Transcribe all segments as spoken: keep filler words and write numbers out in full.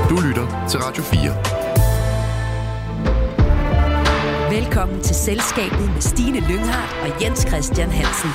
Du lytter til Radio fire. Velkommen til Selskabet med Stine Lynghardt og Jens Christian Hansen.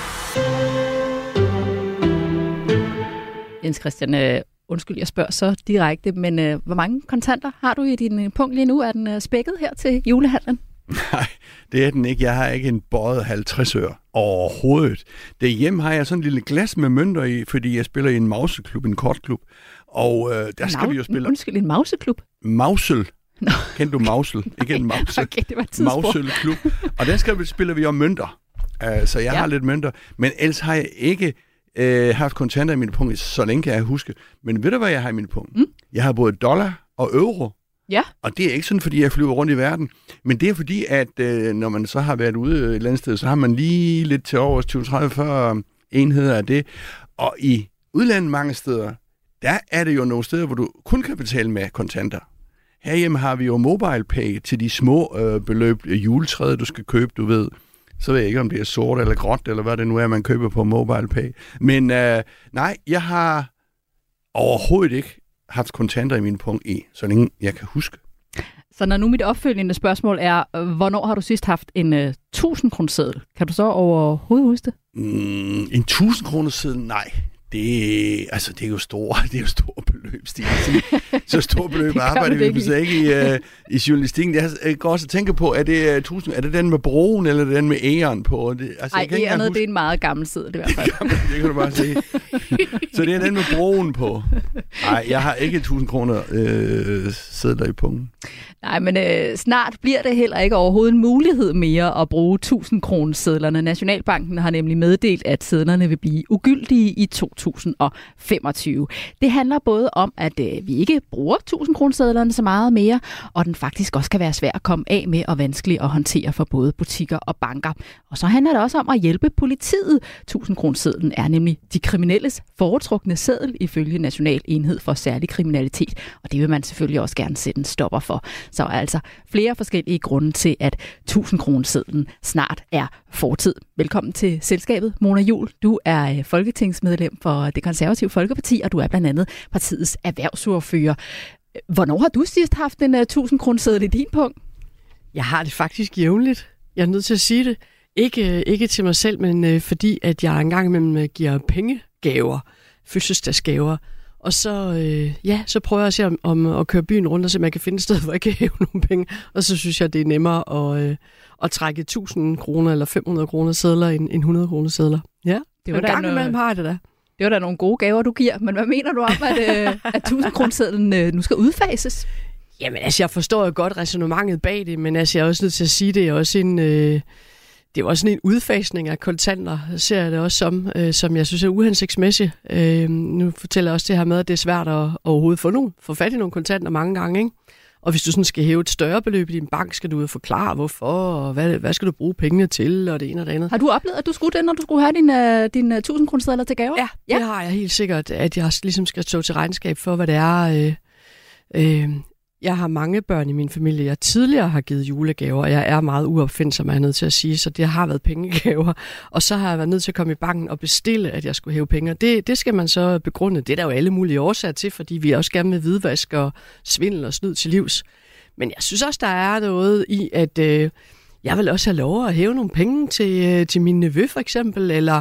Jens Christian, øh, undskyld, jeg spørger så direkte, men øh, hvor mange kontanter har du i din punkt lige nu? Er den øh, spækket her til julehandlen? Nej, det er den ikke. Jeg har ikke en bøjet halvtreds øre overhovedet. Derhjemme har jeg sådan en lille glas med mønter i, fordi jeg spiller i en mauseklub, en kortklub. Og øh, der skal Mau- vi jo spille... Undskyld, en mauseklub? Mausel. No. Kender du Mausel? Ikke en Mausel. Okay, det var et tidsspor. Mauselklub. Og der skal vi, spiller vi om mønter. Uh, så jeg ja. har lidt mønter. Men ellers har jeg ikke uh, haft kontanter i mine punkt, så længe kan jeg huske. Men ved du, hvad jeg har i mine punkt? Mm. Jeg har både dollar og euro. Ja. Og det er ikke sådan, fordi jeg flyver rundt i verden. Men det er fordi, at øh, når man så har været ude et eller andet sted, så har man lige lidt til over tyve, tredive, fyrre enheder af det. Og i udlandet mange steder, der er det jo nogle steder, hvor du kun kan betale med kontanter. Herhjemme har vi jo MobilePay til de små øh, beløb, juletræet, du skal købe, du ved. Så ved jeg ikke, om det er sort eller gråt, eller hvad det nu er, man køber på MobilePay. Men øh, nej, jeg har overhovedet ikke haft kontanter i min punkt E, så længe jeg kan huske. Så når nu mit opfølgende spørgsmål er, hvornår har du sidst haft en uh, tusind kroner seddel? Kan du så overhovedet huske det? Mm, en tusind kroner seddel? Nej. Det, altså, det er jo store, det er jo store beløb, Stine. Så store beløb arbejder vi så ikke i, uh, i journalistikken. Jeg går også og tænker på, er det, uh, tusind, er det den med broen, eller den med æren på? Det, altså, Ej, ærenet, det er en meget gammel seddel i hvert fald. Gammel, det kan du bare se. Så det er den med broen på. Nej, jeg har ikke tusind kroner øh, sedler i punkten. Nej, men øh, snart bliver det heller ikke overhovedet en mulighed mere at bruge tusind kroner sedlerne. Nationalbanken har nemlig meddelt, at sedlerne vil blive ugyldige i to tusind femogtyve. Det handler både om, at øh, vi ikke bruger tusind kroner sedlerne så meget mere, og den faktisk også kan være svær at komme af med og vanskelig at håndtere for både butikker og banker. Og så handler det også om at hjælpe politiet. tusind kroner sedlen er nemlig de kriminelles foretrukne seddel ifølge National Enhed for Særlig Kriminalitet, og det vil man selvfølgelig også gerne sætte en stopper for. Så er altså flere forskellige grunde til, at tusind kroner sedlen snart er fortid. Velkommen til selskabet, Mona Juul. Du er folketingsmedlem for Det Konservative Folkeparti, og du er blandt andet partiets erhvervsordfører. Hvornår har du sidst haft en tusind kroner seddel i din punkt? Jeg har det faktisk jævnligt. Jeg er nødt til at sige det. Ikke, ikke til mig selv, men øh, fordi at jeg engang imellem giver pengegaver, fødselsdagsgaver. Og så, øh, ja, så prøver jeg at se om, om at køre byen rundt og se, om jeg kan finde et sted, hvor jeg kan hæve nogle penge. Og så synes jeg, det er nemmere at, øh, at trække tusind kroner eller fem hundrede kroner sedler end, end hundrede kroner sedler. Ja, det var en gang imellem har jeg det da. Det var da nogle gode gaver, du giver. Men hvad mener du om, at, øh, at tusind kroner sedlen øh, nu skal udfases? Jamen altså, jeg forstår jo godt ræsonnementet bag det, men altså, jeg er også nødt til at sige, det er også en... Øh, Det er også sådan en udfasning af kontanter, ser jeg det også som, øh, som jeg synes er uhensigtsmæssigt. Øh, nu fortæller jeg også det her med, at det er svært at, at overhovedet få, nogen, få fat i nogle kontanter mange gange, ikke? Og hvis du sådan skal hæve et større beløb i din bank, skal du ud og forklare, hvorfor, og hvad, hvad skal du bruge pengene til, og det ene og det andet. Har du oplevet, at du skulle det, når du skulle have dine din tusind kroner sedler til gaver? Ja, ja, det har jeg helt sikkert, at jeg ligesom skal stå til regnskab for, hvad det er... Øh, øh, Jeg har mange børn i min familie, jeg tidligere har givet julegaver, og jeg er meget uopfindsom, er jeg nødt til at sige, så det har været pengegaver. Og så har jeg været nødt til at komme i banken og bestille, at jeg skulle hæve penge. Det, det skal man så begrunde. Det er der jo alle mulige årsager til, fordi vi også gerne vil hvidvask og svindel og snyd til livs. Men jeg synes også, der er noget i, at øh, jeg vil også have lov at hæve nogle penge til, øh, til min nevø for eksempel, eller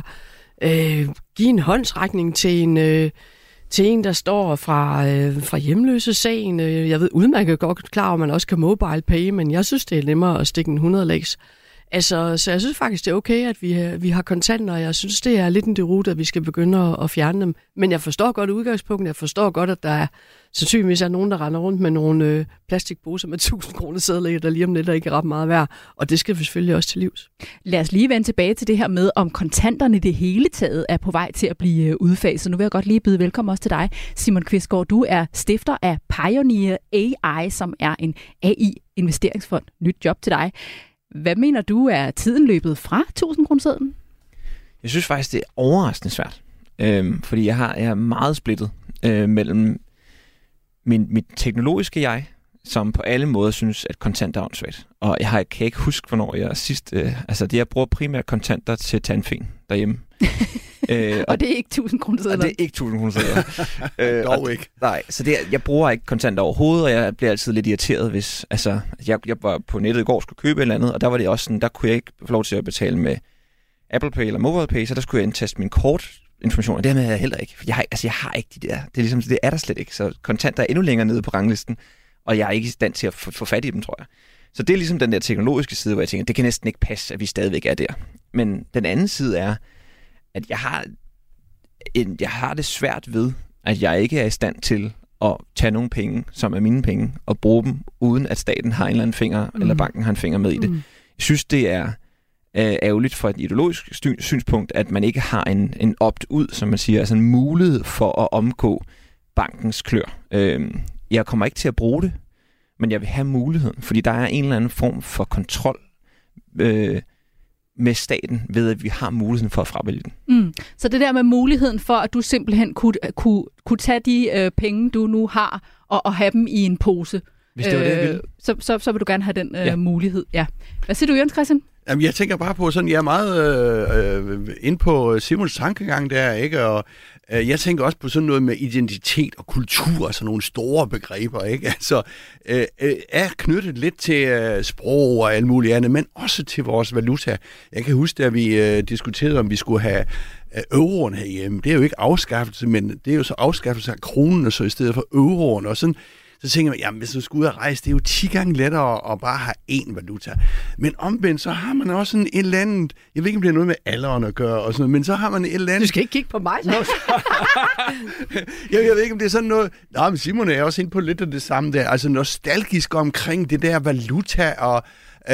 øh, give en håndsrækning til en... Øh, til en, der står fra, øh, fra hjemløse-sagen. Jeg ved udmærket godt klar over, at man også kan MobilePay, men jeg synes, det er nemmere at stikke en hundrede-lægs. Altså, så jeg synes faktisk, det er okay, at vi, vi har kontanter, og jeg synes, det er lidt en derute, at vi skal begynde at, at fjerne dem. Men jeg forstår godt udgangspunktet. Jeg forstår godt, at der er sandsynligvis er nogen, der render rundt med nogle øh, plastikposer med tusind kroner sedler, der lige om lidt er ikke ret meget værd. Og det skal vi selvfølgelig også til livs. Lad os lige vende tilbage til det her med, om kontanterne det hele taget er på vej til at blive udfaset. Nu vil jeg godt lige byde velkommen også til dig, Simon Kvistgaard. Du er stifter af Pioneer A I, som er en A I-investeringsfond. Nyt job til dig. Hvad mener du, er tiden løbet fra tusind kroner sedlen? Jeg synes faktisk, det er overraskende svært. Øhm, fordi jeg, har, jeg er meget splittet øh, mellem min, mit teknologiske jeg, som på alle måder synes, at kontanter er åndssvagt. Og jeg har, kan ikke huske, hvornår jeg sidst... Øh, altså, det, jeg bruger primært kontanter til tandfen derhjemme. øh, og, og det er ikke tusind kroner sedler? Og det er ikke tusind kroner sedler. øh, Dog ikke. Nej, så det er, jeg bruger ikke kontanter overhovedet, og jeg bliver altid lidt irriteret, hvis... Altså, jeg, jeg var på nettet i går og skulle købe et eller andet, og der var det også sådan, der kunne jeg ikke få lov til at betale med Apple Pay eller MobilePay, så der skulle jeg indtaste min kortinformation, og det har jeg heller ikke. Jeg har, altså, jeg har ikke de der... Det er, ligesom, det er der slet ikke, så kontanter er endnu længere nede på ranglisten, og jeg er ikke i stand til at få, få fat i dem, tror jeg. Så det er ligesom den der teknologiske side, hvor jeg tænker, det kan næsten ikke passe, at vi stadigvæk er der. Men den anden side er, at jeg har, en, jeg har det svært ved, at jeg ikke er i stand til at tage nogle penge, som er mine penge, og bruge dem, uden at staten har en eller anden finger, mm. eller banken har en finger med i det. Mm. Jeg synes, det er øh, ærgerligt fra et ideologisk synspunkt, at man ikke har en, en opt-ud, som man siger, altså en mulighed for at omgå bankens klør. Øh, jeg kommer ikke til at bruge det, men jeg vil have muligheden, fordi der er en eller anden form for kontrol øh, med staten, ved at vi har muligheden for at fravælge den. Mm. Så det der med muligheden for, at du simpelthen kunne, kunne, kunne tage de øh, penge, du nu har, og, og have dem i en pose. Hvis det var øh, det, jeg ville. Så, så, så vil du gerne have den øh, ja. mulighed. Ja. Hvad siger du, Jens Christian? Jamen, jeg tænker bare på sådan, jeg er meget øh, øh, inde på Simons tankegang der, ikke? Og øh, jeg tænker også på sådan noget med identitet og kultur, sådan nogle store begreber, ikke? Altså, øh, øh, er knyttet lidt til øh, sprog og alt muligt andet, men også til vores valuta. Jeg kan huske, da vi øh, diskuterede, om vi skulle have øh, euroen herhjemme. Det er jo ikke afskaffelse, men det er jo så afskaffelse af kronen, og så i stedet for euroen, og sådan. Så tænker man, jamen hvis du skal ud og rejse, det er jo ti gange lettere at bare have én valuta. Men omvendt, så har man også sådan et eller andet, jeg ved ikke, om det er noget med alderen at gøre, og sådan noget, men så har man et eller andet... Du skal ikke kigge på mig, så. jeg, jeg ved ikke, om det er sådan noget... Nå, men Simon er også inde på lidt af det samme der, altså nostalgisk omkring det der valuta, og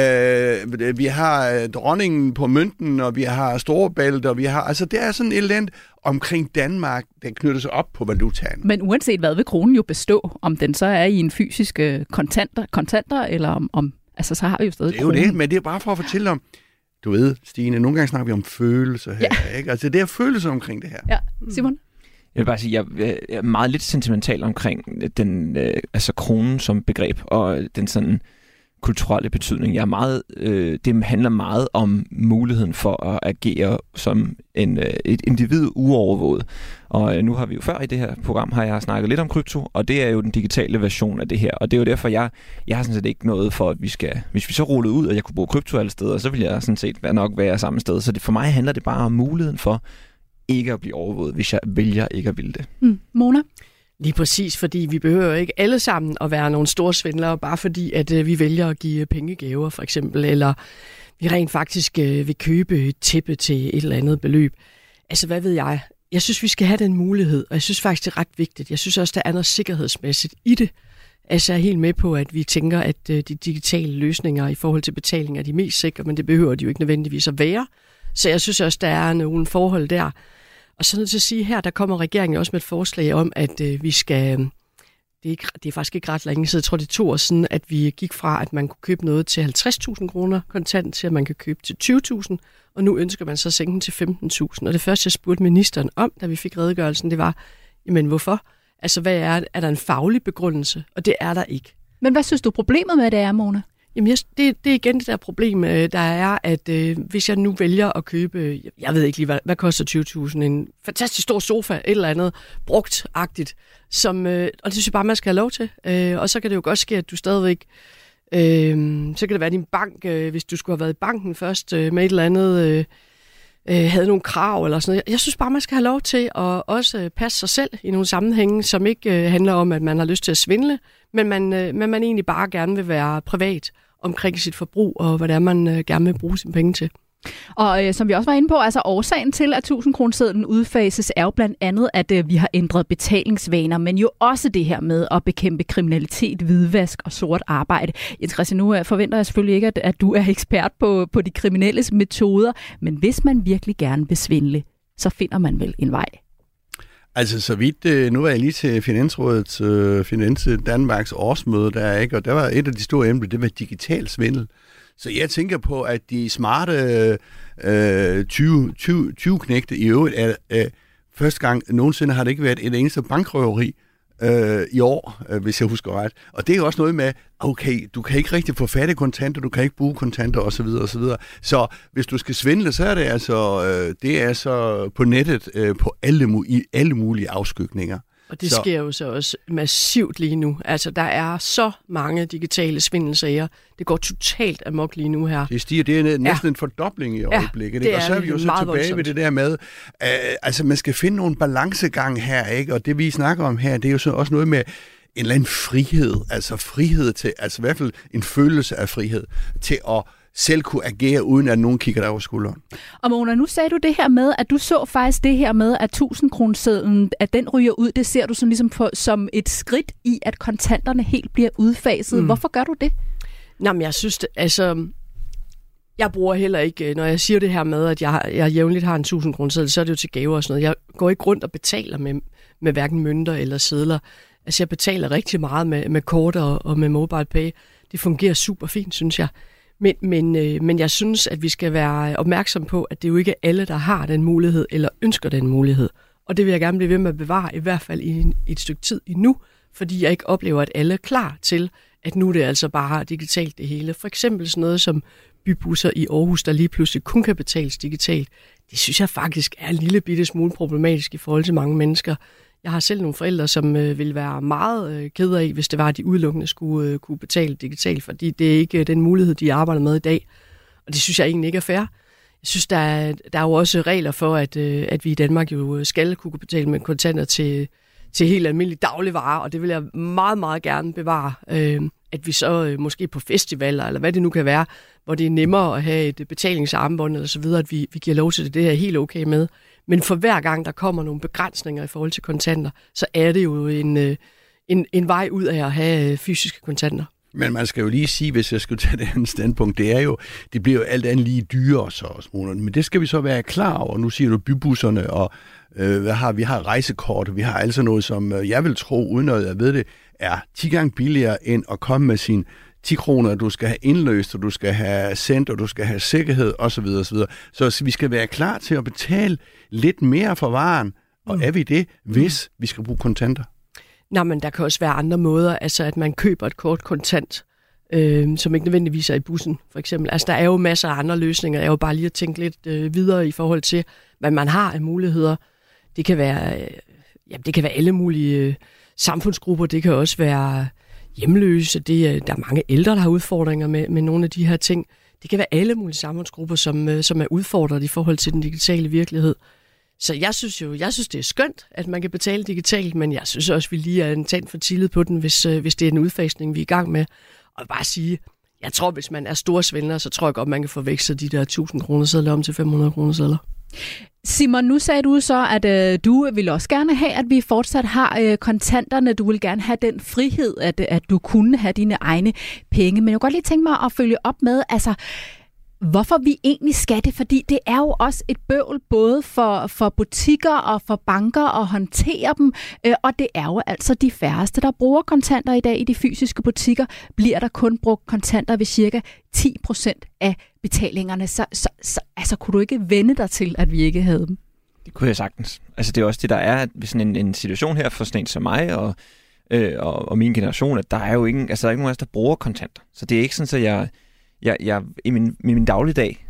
øh, vi har dronningen på mønten, og vi har Storebælt, og vi har... Altså, det er sådan et eller andet omkring Danmark, der knytter sig op på valutaen. Men uanset hvad, vil kronen jo bestå, om den så er i en fysisk kontanter, kontanter eller om, om... Altså, så har vi jo stadig kronen. Det er jo det, men det er bare for at fortælle om... Du ved, Stine, nogle gange snakker vi om følelser her, ja. Ikke? Altså, det er følelser omkring det her. Ja, Simon? Jeg vil bare sige, jeg er meget lidt sentimental omkring den, øh, altså kronen som begreb, og den sådan kulturelle betydning. Jeg er meget, øh, det handler meget om muligheden for at agere som en, øh, et individ uovervåget. Og øh, nu har vi jo før i det her program, har jeg snakket lidt om krypto, og det er jo den digitale version af det her. Og det er jo derfor, jeg, jeg har sådan set ikke noget for, at vi skal... Hvis vi så rullede ud, og jeg kunne bruge krypto alle steder, så ville jeg sådan set nok være samme sted. Så det, for mig handler det bare om muligheden for ikke at blive overvåget, hvis jeg vælger ikke at ville det. Mm. Mona? Lige præcis, fordi vi behøver ikke alle sammen at være nogle store svindlere, bare fordi, at øh, vi vælger at give pengegaver, for eksempel, eller vi rent faktisk øh, vil købe et tæppe til et eller andet beløb. Altså, hvad ved jeg? Jeg synes, vi skal have den mulighed, og jeg synes faktisk, det er ret vigtigt. Jeg synes også, der er noget sikkerhedsmæssigt i det. Altså, jeg er helt med på, at vi tænker, at øh, de digitale løsninger i forhold til betaling er de mest sikre, men det behøver de jo ikke nødvendigvis at være. Så jeg synes også, der er nogle forhold der. Og så nødt til at sige her, der kommer regeringen også med et forslag om, at øh, vi skal, det er, ikke, det er faktisk ikke ret længe siden, jeg tror det er to år siden, at vi gik fra, at man kunne købe noget til halvtreds tusind kroner kontant, til at man kan købe til tyve tusind, og nu ønsker man så at sænke den til femten tusind. Og det første, jeg spurgte ministeren om, da vi fik redegørelsen, det var, jamen hvorfor? Altså hvad er, er der en faglig begrundelse? Og det er der ikke. Men hvad synes du problemet med det er, Mona? Jamen, jeg, det, det er igen det der problem, der er, at øh, hvis jeg nu vælger at købe, jeg ved ikke lige, hvad, hvad koster tyve tusind, en fantastisk stor sofa, et eller andet, brugt-agtigt, som, øh, og det synes jeg bare, man skal have lov til. Øh, og så kan det jo godt ske, at du stadigvæk, øh, så kan det være din bank, øh, hvis du skulle have været i banken først øh, med et eller andet, øh, øh, havde nogle krav eller sådan noget. Jeg synes bare, man skal have lov til at også passe sig selv i nogle sammenhænge, som ikke øh, handler om, at man har lyst til at svindle, men man, øh, men man egentlig bare gerne vil være privat omkring sit forbrug, og hvad det er, man øh, gerne vil bruge sine penge til. Og øh, som vi også var inde på, altså årsagen til, at tusind kronesedlen udfases, er jo blandt andet, at øh, vi har ændret betalingsvaner, men jo også det her med at bekæmpe kriminalitet, hvidvask og sort arbejde. Jens Christian, nu øh, forventer jeg selvfølgelig ikke, at, at du er ekspert på, på de kriminelles metoder, men hvis man virkelig gerne vil svindle, så finder man vel en vej. Altså, så vidt, nu var jeg lige til Finansrådets, øh, Finans Danmarks årsmøde der, ikke? Og der var et af de store emner, det var digital svindel. Så jeg tænker på, at de smarte øh, tyve knægte i øvrigt, er, øh, første gang nogensinde har det ikke været et eneste bankrøveri øh, i år, øh, hvis jeg husker ret. Og det er jo også noget med, okay, du kan ikke rigtig få fat i kontanter, du kan ikke bruge kontanter osv. osv. Så hvis du skal svindle, så er det altså, øh, det er så på nettet øh, på alle, i alle mulige afskygninger. Og det så. sker jo så også massivt lige nu. Altså, der er så mange digitale svindelsager. Det går totalt amok lige nu her. Det stiger, det er næsten ja. en fordobling i øjeblikket. Ja, og så er vi jo så tilbage voldsomt. ved det der med, øh, altså man skal finde nogle balancegang her, ikke? Og det vi snakker om her, det er jo så også noget med en eller anden frihed, altså frihed til, altså i hvert fald en følelse af frihed, til at selv kunne agere, uden at nogen kigger dig over skulderen. Og Mona, nu sagde du det her med, at du så faktisk det her med, at tusind-kronesedlen, at den ryger ud, det ser du sådan ligesom på, som et skridt i, at kontanterne helt bliver udfaset. Mm. Hvorfor gør du det? Nå, men jeg synes, det, altså, jeg bruger heller ikke, når jeg siger det her med, at jeg, jeg jævnligt har en tusind-kroneseddel, så er det jo til gaver og sådan noget. Jeg går ikke rundt og betaler med, med hverken mønter eller sedler. Altså, jeg betaler rigtig meget med, med kort og, og med mobile pay. Det fungerer super fint, synes jeg. Men, men, øh, men jeg synes, at vi skal være opmærksom på, at det jo ikke er alle, der har den mulighed, eller ønsker den mulighed. Og det vil jeg gerne blive ved med at bevare, i hvert fald i, en, i et stykke tid endnu, fordi jeg ikke oplever, at alle er klar til, at nu er det altså bare digitalt det hele. For eksempel sådan noget som bybusser i Aarhus, der lige pludselig kun kan betales digitalt. Det synes jeg faktisk er en lille bitte smule problematisk i forhold til mange mennesker. Jeg har selv nogle forældre, som øh, ville være meget øh, kede af, hvis det var, at de udelukkende skulle øh, kunne betale digitalt, fordi det er ikke den mulighed, de arbejder med i dag. Og det synes jeg egentlig ikke er fair. Jeg synes, der er, der er jo også regler for, at, øh, at vi i Danmark jo skal kunne betale med kontanter til, til helt almindelige dagligvarer, og det vil jeg meget, meget gerne bevare. Øh, at vi så øh, måske på festivaler, eller hvad det nu kan være, hvor det er nemmere at have et betalingsarmbånd eller så videre, at vi, vi giver lov til det, det er helt okay med. Men for hver gang, der kommer nogle begrænsninger i forhold til kontanter, så er det jo en, en, en vej ud af at have fysiske kontanter. Men man skal jo lige sige, hvis jeg skulle tage det andet standpunkt, det er jo, det bliver jo alt andet lige dyrere så også, men det skal vi så være klar over. Nu siger du bybusserne, og øh, hvad har vi? har rejsekort, vi har altså noget, som øh, jeg vil tro, uden at jeg ved det, er ti gange billigere end at komme med sin ti kroner, du skal have indløst, og du skal have sendt, og du skal have sikkerhed, osv. osv. Så vi skal være klar til at betale lidt mere for varen, og mm. er vi det, hvis vi skal bruge kontanter? Nå, men der kan også være andre måder, altså at man køber et kort kontant, øh, som ikke nødvendigvis er i bussen, for eksempel. Altså der er jo masser af andre løsninger. Jeg er jo bare lige at tænke lidt øh, videre i forhold til, hvad man har af muligheder. Det kan være, øh, jamen, det kan være alle mulige øh, samfundsgrupper, det kan også være hjemløse, det, der er mange ældre, der har udfordringer med, med nogle af de her ting. Det kan være alle mulige samfundsgrupper, som, som er udfordret i forhold til den digitale virkelighed. Så jeg synes jo, jeg synes, det er skønt, at man kan betale digitalt, men jeg synes også, vi lige er en tand for tidligt på den, hvis, hvis det er en udfasning, vi er i gang med. Og bare sige, jeg tror, hvis man er storsvindler, så tror jeg godt, man kan forveksle de der tusind kroner sedler om til fem hundrede kroner sedler. Simon, nu sagde du så, at øh, du vil også gerne have, at vi fortsat har øh, kontanterne. Du vil gerne have den frihed, at, at du kunne have dine egne penge. Men jeg kunne godt lige tænke mig at følge op med, altså, hvorfor vi egentlig skal det, fordi det er jo også et bøvl både for, for butikker og for banker at håndtere dem, øh, og det er jo altså de færreste, der bruger kontanter i dag i de fysiske butikker. Bliver der kun brugt kontanter ved cirka ti procent af betalingerne, så, så, så altså, kunne du ikke vende dig til, at vi ikke havde dem? Det kunne jeg sagtens. Altså det er også det, der er sådan en, en situation her for sådan en som mig og, øh, og, og min generation, at der er jo ingen, altså der er ikke nogen af os, der bruger kontanter. Så det er ikke sådan, at jeg Jeg, jeg, i, min, i min dagligdag,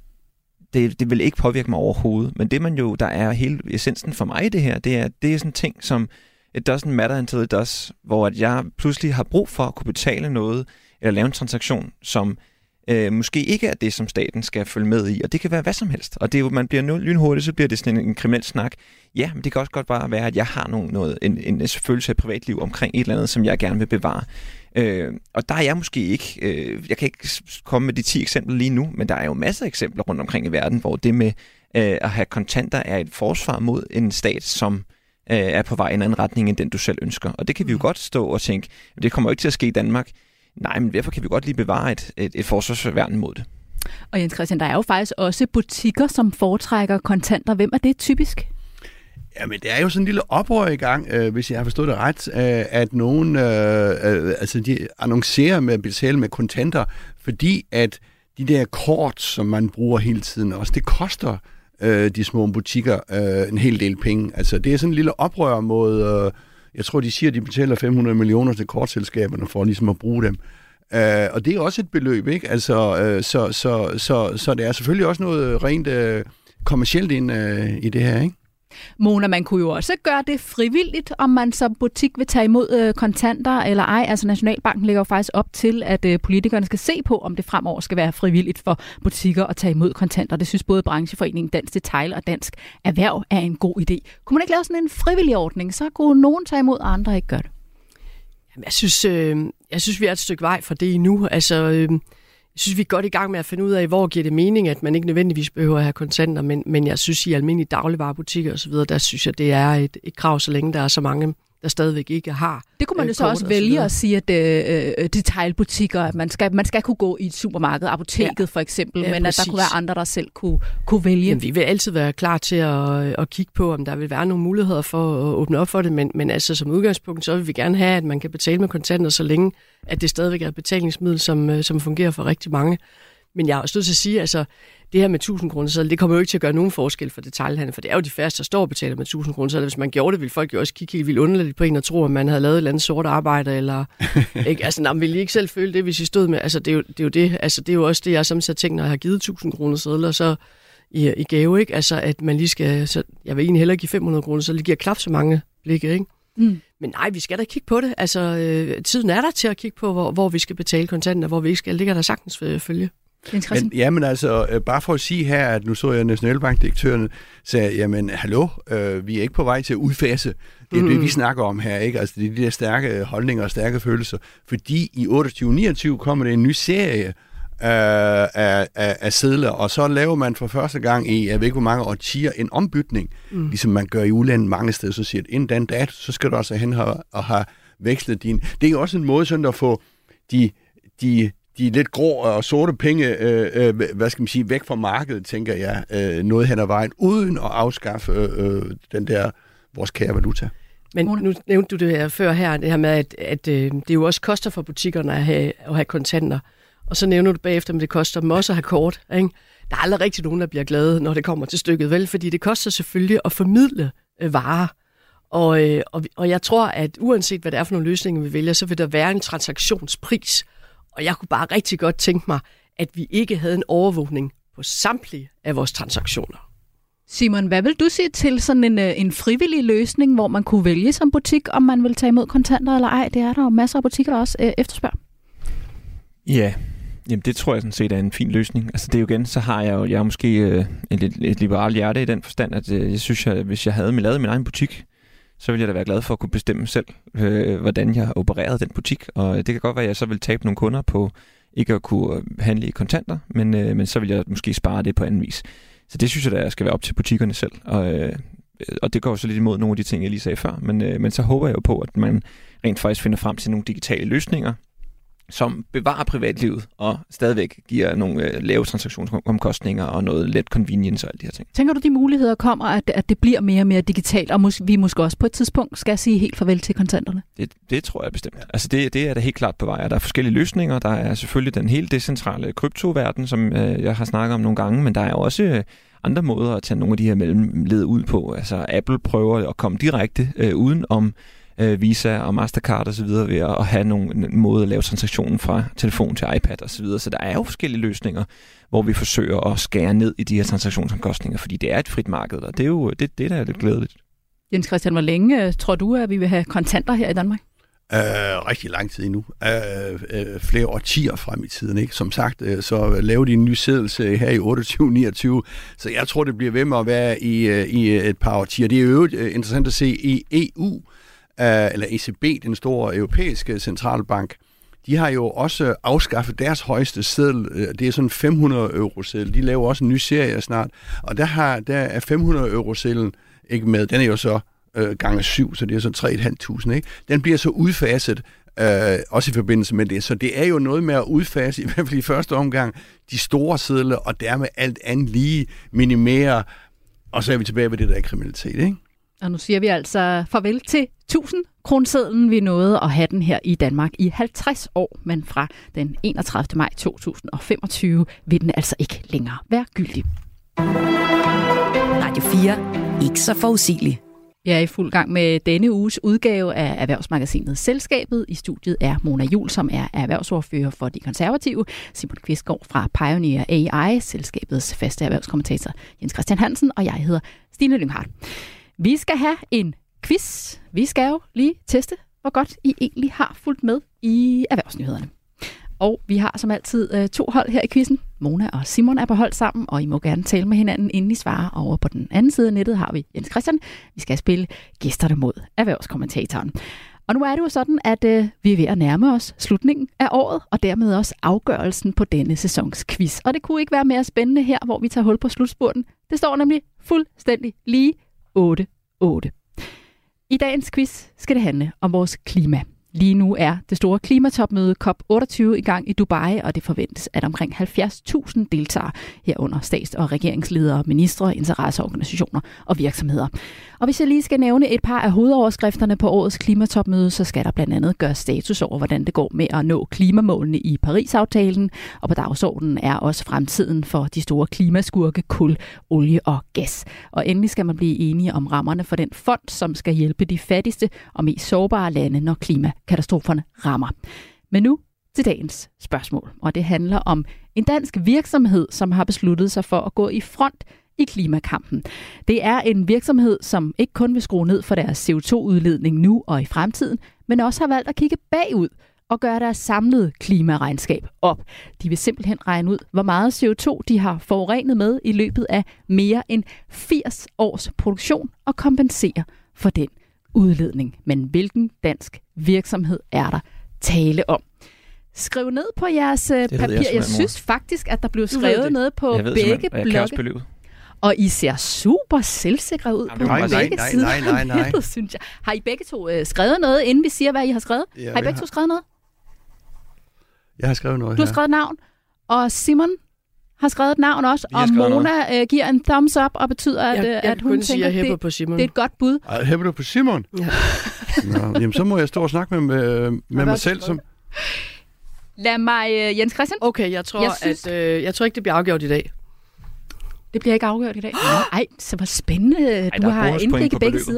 det, det vil ikke påvirke mig overhovedet, men det man jo, der er hele essensen for mig i det her, det er, det er sådan en ting som, it doesn't matter until it does, hvor at jeg pludselig har brug for at kunne betale noget, eller lave en transaktion, som øh, måske ikke er det, som staten skal følge med i, og det kan være hvad som helst, og det er jo, man bliver lynhurtigt, så bliver det sådan en, en kriminel snak. Ja, men det kan også godt bare være, at jeg har nogen, noget, en, en følelse af privatliv omkring et eller andet, som jeg gerne vil bevare. Øh, og der er jeg måske ikke, øh, jeg kan ikke komme med de ti eksempler lige nu, men der er jo masser af eksempler rundt omkring i verden, hvor det med øh, at have kontanter er et forsvar mod en stat, som øh, er på vej i en anden retning, end den du selv ønsker. Og det kan vi jo godt stå og tænke, det kommer jo ikke til at ske i Danmark. Nej, men derfor kan vi godt lige bevare et, et, et forsvarsværn mod det. Og Jens Christian, der er jo faktisk også butikker, som foretrækker kontanter. Hvem er det typisk? Jamen, det er jo sådan en lille oprør i gang, øh, hvis jeg har forstået det ret, øh, at nogen øh, øh, altså de annoncerer med at betale med kontanter, fordi at de der kort, som man bruger hele tiden også, det koster øh, de små butikker øh, en hel del penge. Altså, det er sådan en lille oprør mod, øh, Jeg tror, de siger, at de betaler fem hundrede millioner til kortselskaberne for ligesom at bruge dem. Uh, og det er også et beløb, ikke? Altså, uh, så, så, så, så det er selvfølgelig også noget rent uh, kommercielt ind uh, i det her, ikke? Mona, man kunne jo også gøre det frivilligt, om man som butik vil tage imod øh, kontanter eller ej. Altså Nationalbanken lægger jo faktisk op til, at øh, politikerne skal se på, om det fremover skal være frivilligt for butikker at tage imod kontanter. Det synes både Brancheforeningen Dansk Detail og Dansk Erhverv er en god idé. Kunne man ikke lave sådan en frivillig ordning, så kunne nogen tage imod, og andre ikke gøre det? Jamen, jeg synes, øh, jeg synes, vi er et stykke vej fra det endnu. Altså, øh, jeg synes, vi er godt i gang med at finde ud af, hvor giver det mening, at man ikke nødvendigvis behøver at have kontanter, men, men jeg synes, i almindelige dagligvarebutikker osv., der synes jeg, det er et, et krav, så længe der er så mange, der stadigvæk ikke har. Det kunne man jo så også vælge at sige, at øh, detailbutikker, at man skal, man skal kunne gå i et supermarked, apoteket ja. for eksempel, ja, men præcis. At der kunne være andre, der selv kunne, kunne vælge. Jamen, vi vil altid være klar til at, at kigge på, om der vil være nogle muligheder for at åbne op for det, men, men altså som udgangspunkt, så vil vi gerne have, at man kan betale med kontanter, så længe at det stadigvæk er et betalingsmiddel, som, som fungerer for rigtig mange. Men jeg har også nødt til at sige, altså det her med tusind kroner, så det kommer jo ikke til at gøre nogen forskel for detailhandlen, for det er jo de færreste, der står og betaler med tusind kroner, så hvis man gjorde det, ville folk jo også kigge helt vildt underligt på en og tro, at man havde lavet et eller andet sort arbejde, eller ikke, altså man ville I ikke selv føle det, hvis I stod med, altså det er jo det, er jo det. Altså, det er jo også det, jeg samtidig har tænkt, når jeg har givet tusind kroner sedler, så i, i gave, ikke? Altså at man lige skal, så jeg vil egentlig hellere give fem hundrede kroner, så det giver knap så mange blikke, ikke? Mm. Men nej, vi skal da kigge på det. Altså, øh, tiden er der til at kigge på, hvor, hvor vi skal betale kontanter, hvor vi ikke skal. Det kan der sagtens følge. Men, jamen altså, øh, bare for at sige her, at nu så jeg Nationalbankdirektøren sagde, jamen hallo, øh, vi er ikke på vej til at udfase. Det er mm. det, vi snakker om her, ikke? Altså det er de der stærke holdninger og stærke følelser. Fordi i otteogtyve niogtyve kommer det en ny serie øh, af, af, af sedler, og så laver man for første gang i, jeg ved ikke hvor mange årtier, en ombytning, mm. ligesom man gør i udlandet mange steder, så siger at inden den dato, så skal du også hen og have vekslet din. Det er jo også en måde sådan at få de, de de lidt grå og sorte penge, øh, øh, hvad skal man sige, væk fra markedet, tænker jeg, øh, noget hen ad vejen, uden at afskaffe øh, den der, vores kære valuta. Men nu nævnte du det her før her, det her med, at, at øh, det jo også koster for butikkerne at have, at have kontanter. Og så nævner du bagefter, at det koster dem også at have kort. Ikke? Der er aldrig rigtig nogen, der bliver glade, når det kommer til stykket, vel? Fordi det koster selvfølgelig at formidle øh, varer. Og, øh, og, og jeg tror, at uanset hvad det er for nogle løsninger, vi vælger, så vil der være en transaktionspris. Og jeg kunne bare rigtig godt tænke mig, at vi ikke havde en overvågning på samtlige af vores transaktioner. Simon, hvad vil du sige til sådan en, en frivillig løsning, hvor man kunne vælge som butik, om man vil tage imod kontanter eller ej? Det er der jo masser af butikker, der også øh, efterspørger. Ja, jamen det tror jeg sådan set er en fin løsning. Altså det er jo igen, så har jeg jo jeg er måske øh, et, et liberalt hjerte i den forstand, at øh, jeg synes, at hvis jeg havde lavet min egen butik, så ville jeg da være glad for at kunne bestemme selv, øh, hvordan jeg opererede den butik. Og det kan godt være, at jeg så vil tabe nogle kunder på ikke at kunne handle i kontanter, men, øh, men så vil jeg måske spare det på anden vis. Så det synes jeg, der skal være op til butikkerne selv. Og, øh, og det går jo så lidt imod nogle af de ting, jeg lige sagde før. Men, øh, men så håber jeg jo på, at man rent faktisk finder frem til nogle digitale løsninger, som bevarer privatlivet og stadigvæk giver nogle øh, lave transaktionsomkostninger og noget let convenience og alle de her ting. Tænker du, de muligheder kommer, at, at det bliver mere og mere digitalt, og mås- vi måske også på et tidspunkt skal sige helt farvel til kontanterne? Det, det tror jeg bestemt. Altså det, det er da helt klart på vej. Der er forskellige løsninger. Der er selvfølgelig den helt decentrale kryptoverden, som øh, jeg har snakket om nogle gange, men der er jo også øh, andre måder at tage nogle af de her mellemled ud på. Altså Apple prøver at komme direkte øh, uden om Visa og Mastercard og så videre ved at have nogle måde at lave transaktionen fra telefon til iPad og så videre. Så der er jo forskellige løsninger, hvor vi forsøger at skære ned i de her transaktionsomkostninger, fordi det er et frit marked, og det er jo det, det der er lidt glædeligt. Jens Christian, hvor længe tror du, at vi vil have kontanter her i Danmark? Uh, rigtig lang tid endnu. Uh, uh, flere årtier frem i tiden, ikke? Som sagt, uh, så lavede de en ny seddelse her i otteogtyve niogtyve, så jeg tror, det bliver ved med at være i, uh, i et par årtier. Det er jo uh, interessant at se i E U, Uh, eller E C B, den store europæiske centralbank, de har jo også afskaffet deres højeste seddel. Det er sådan fem hundrede euro seddel. De laver også en ny serie snart. Og der, har, der er fem hundrede euro sedlen ikke med. Den er jo så uh, gange syv, så det er så tre tusind fem hundrede. Ikke? Den bliver så udfaset, uh, også i forbindelse med det. Så det er jo noget med at udfase, i hvert fald i første omgang, de store sedler, og dermed alt andet lige minimere. Og så er vi tilbage ved det, der er kriminalitet, ikke? Og nu siger vi altså farvel til tusind kronesedlen. Vi nåede at have den her i Danmark i halvtreds år, men fra den enogtredivte maj to tusind og femogtyve vil den altså ikke længere være gyldig. Radio fire. Ikke så forudsigelig. Jeg er i fuld gang med denne uges udgave af Erhvervsmagasinet Selskabet. I studiet er Mona Juhl, som er erhvervsordfører for De Konservative, Simon Kvistgaard fra Pioneer A I, selskabets faste erhvervskommentator Jens Christian Hansen, og jeg hedder Stine Lynghardt. Vi skal have en quiz. Vi skal jo lige teste, hvor godt I egentlig har fulgt med i erhvervsnyhederne. Og vi har som altid to hold her i quizzen. Mona og Simon er på hold sammen, og I må gerne tale med hinanden, inden I svarer. Over på den anden side af nettet har vi Jens Christian. Vi skal spille gæsterne mod erhvervskommentatoren. Og nu er det jo sådan, at øh, vi er ved at nærme os slutningen af året, og dermed også afgørelsen på denne sæsons quiz. Og det kunne ikke være mere spændende her, hvor vi tager hul på slutspurten. Det står nemlig fuldstændig lige otte otte. I dagens quiz skal det handle om vores klima. Lige nu er det store klimatopmøde COP otteogtyve i gang i Dubai, og det forventes, at omkring halvfjerds tusind deltager herunder stats- og regeringsledere, ministre, interesseorganisationer og virksomheder. Og hvis jeg lige skal nævne et par af hovedoverskrifterne på årets klimatopmøde, så skal der blandt andet gøre status over, hvordan det går med at nå klimamålene i Paris-aftalen, og på dagsordenen er også fremtiden for de store klimaskurke, kul, olie og gas. Og endelig skal man blive enige om rammerne for den fond, som skal hjælpe de fattigste og mest sårbare lande, når klimakatastroferne rammer. Men nu til dagens spørgsmål, og det handler om en dansk virksomhed, som har besluttet sig for at gå i front i klimakampen. Det er en virksomhed, som ikke kun vil skrue ned for deres C O to udledning nu og i fremtiden, men også har valgt at kigge bagud og gøre deres samlede klimaregnskab op. De vil simpelthen regne ud, hvor meget C O to de har forurenet med i løbet af mere end firs års produktion og kompensere for den udledning. Men hvilken dansk virksomhed er der tale om? Skriv ned på jeres det papir. Jeg, jeg synes faktisk, at der blev skrevet noget på begge blokke. Og I ser super selvsikre ud på nej, begge nej, sider. Nej, nej, nej, nej. Synes jeg. Har I begge to øh, skrevet noget, inden vi siger, hvad I har skrevet? Ja, har I begge to skrevet noget? Jeg har skrevet noget. Du har skrevet navn, og Simon har skrevet et navn også, og Mona øh, giver en thumbs up og betyder, at, jeg, jeg at hun tænker, sige, det, på Simon. det er et godt bud. Ej, hæpper du på Simon? Ja. Nå, jamen, så må jeg stå og snakke med, med, med mig selv. Som... Lad mig, uh, Jens Christian. Okay, jeg tror, jeg synes... at, øh, jeg tror ikke, det bliver afgjort i dag. Det bliver ikke afgjort i dag? Nej, så var spændende. Ej, du har indblik i begge sider.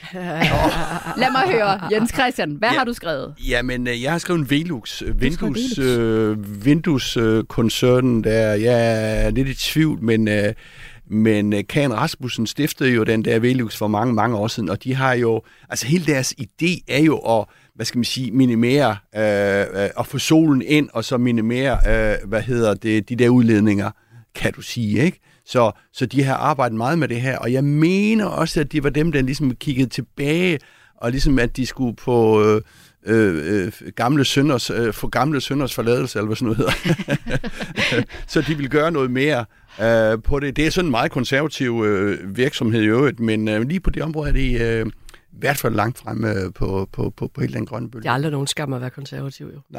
Lad mig høre, Jens Christian, hvad ja, har du skrevet? Jamen, jeg har skrevet en Velux. Windows, øh, Windows-koncernen, der jeg er lidt i tvivl, men... Øh, Men Karen Rasmussen stiftede jo den der Velux for mange, mange år siden, og de har jo, altså hele deres idé er jo at, hvad skal man sige, minimere, øh, at få solen ind, og så minimere, øh, hvad hedder det, de der udledninger, kan du sige, ikke? Så, så de har arbejdet meget med det her, og jeg mener også, at de var dem, der ligesom kiggede tilbage, og ligesom at de skulle på... Øh, Øh, øh, gamle synders, øh, for gamle synders forladelse, eller hvad sådan noget hedder. Så de vil gøre noget mere øh, på det. Det er sådan en meget konservativ øh, virksomhed i øvrigt, men øh, lige på det område er det øh, i hvert fald langt fremme på, på, på, på hele den grønne bølge. Det er aldrig nogen skam at være konservativ, jo.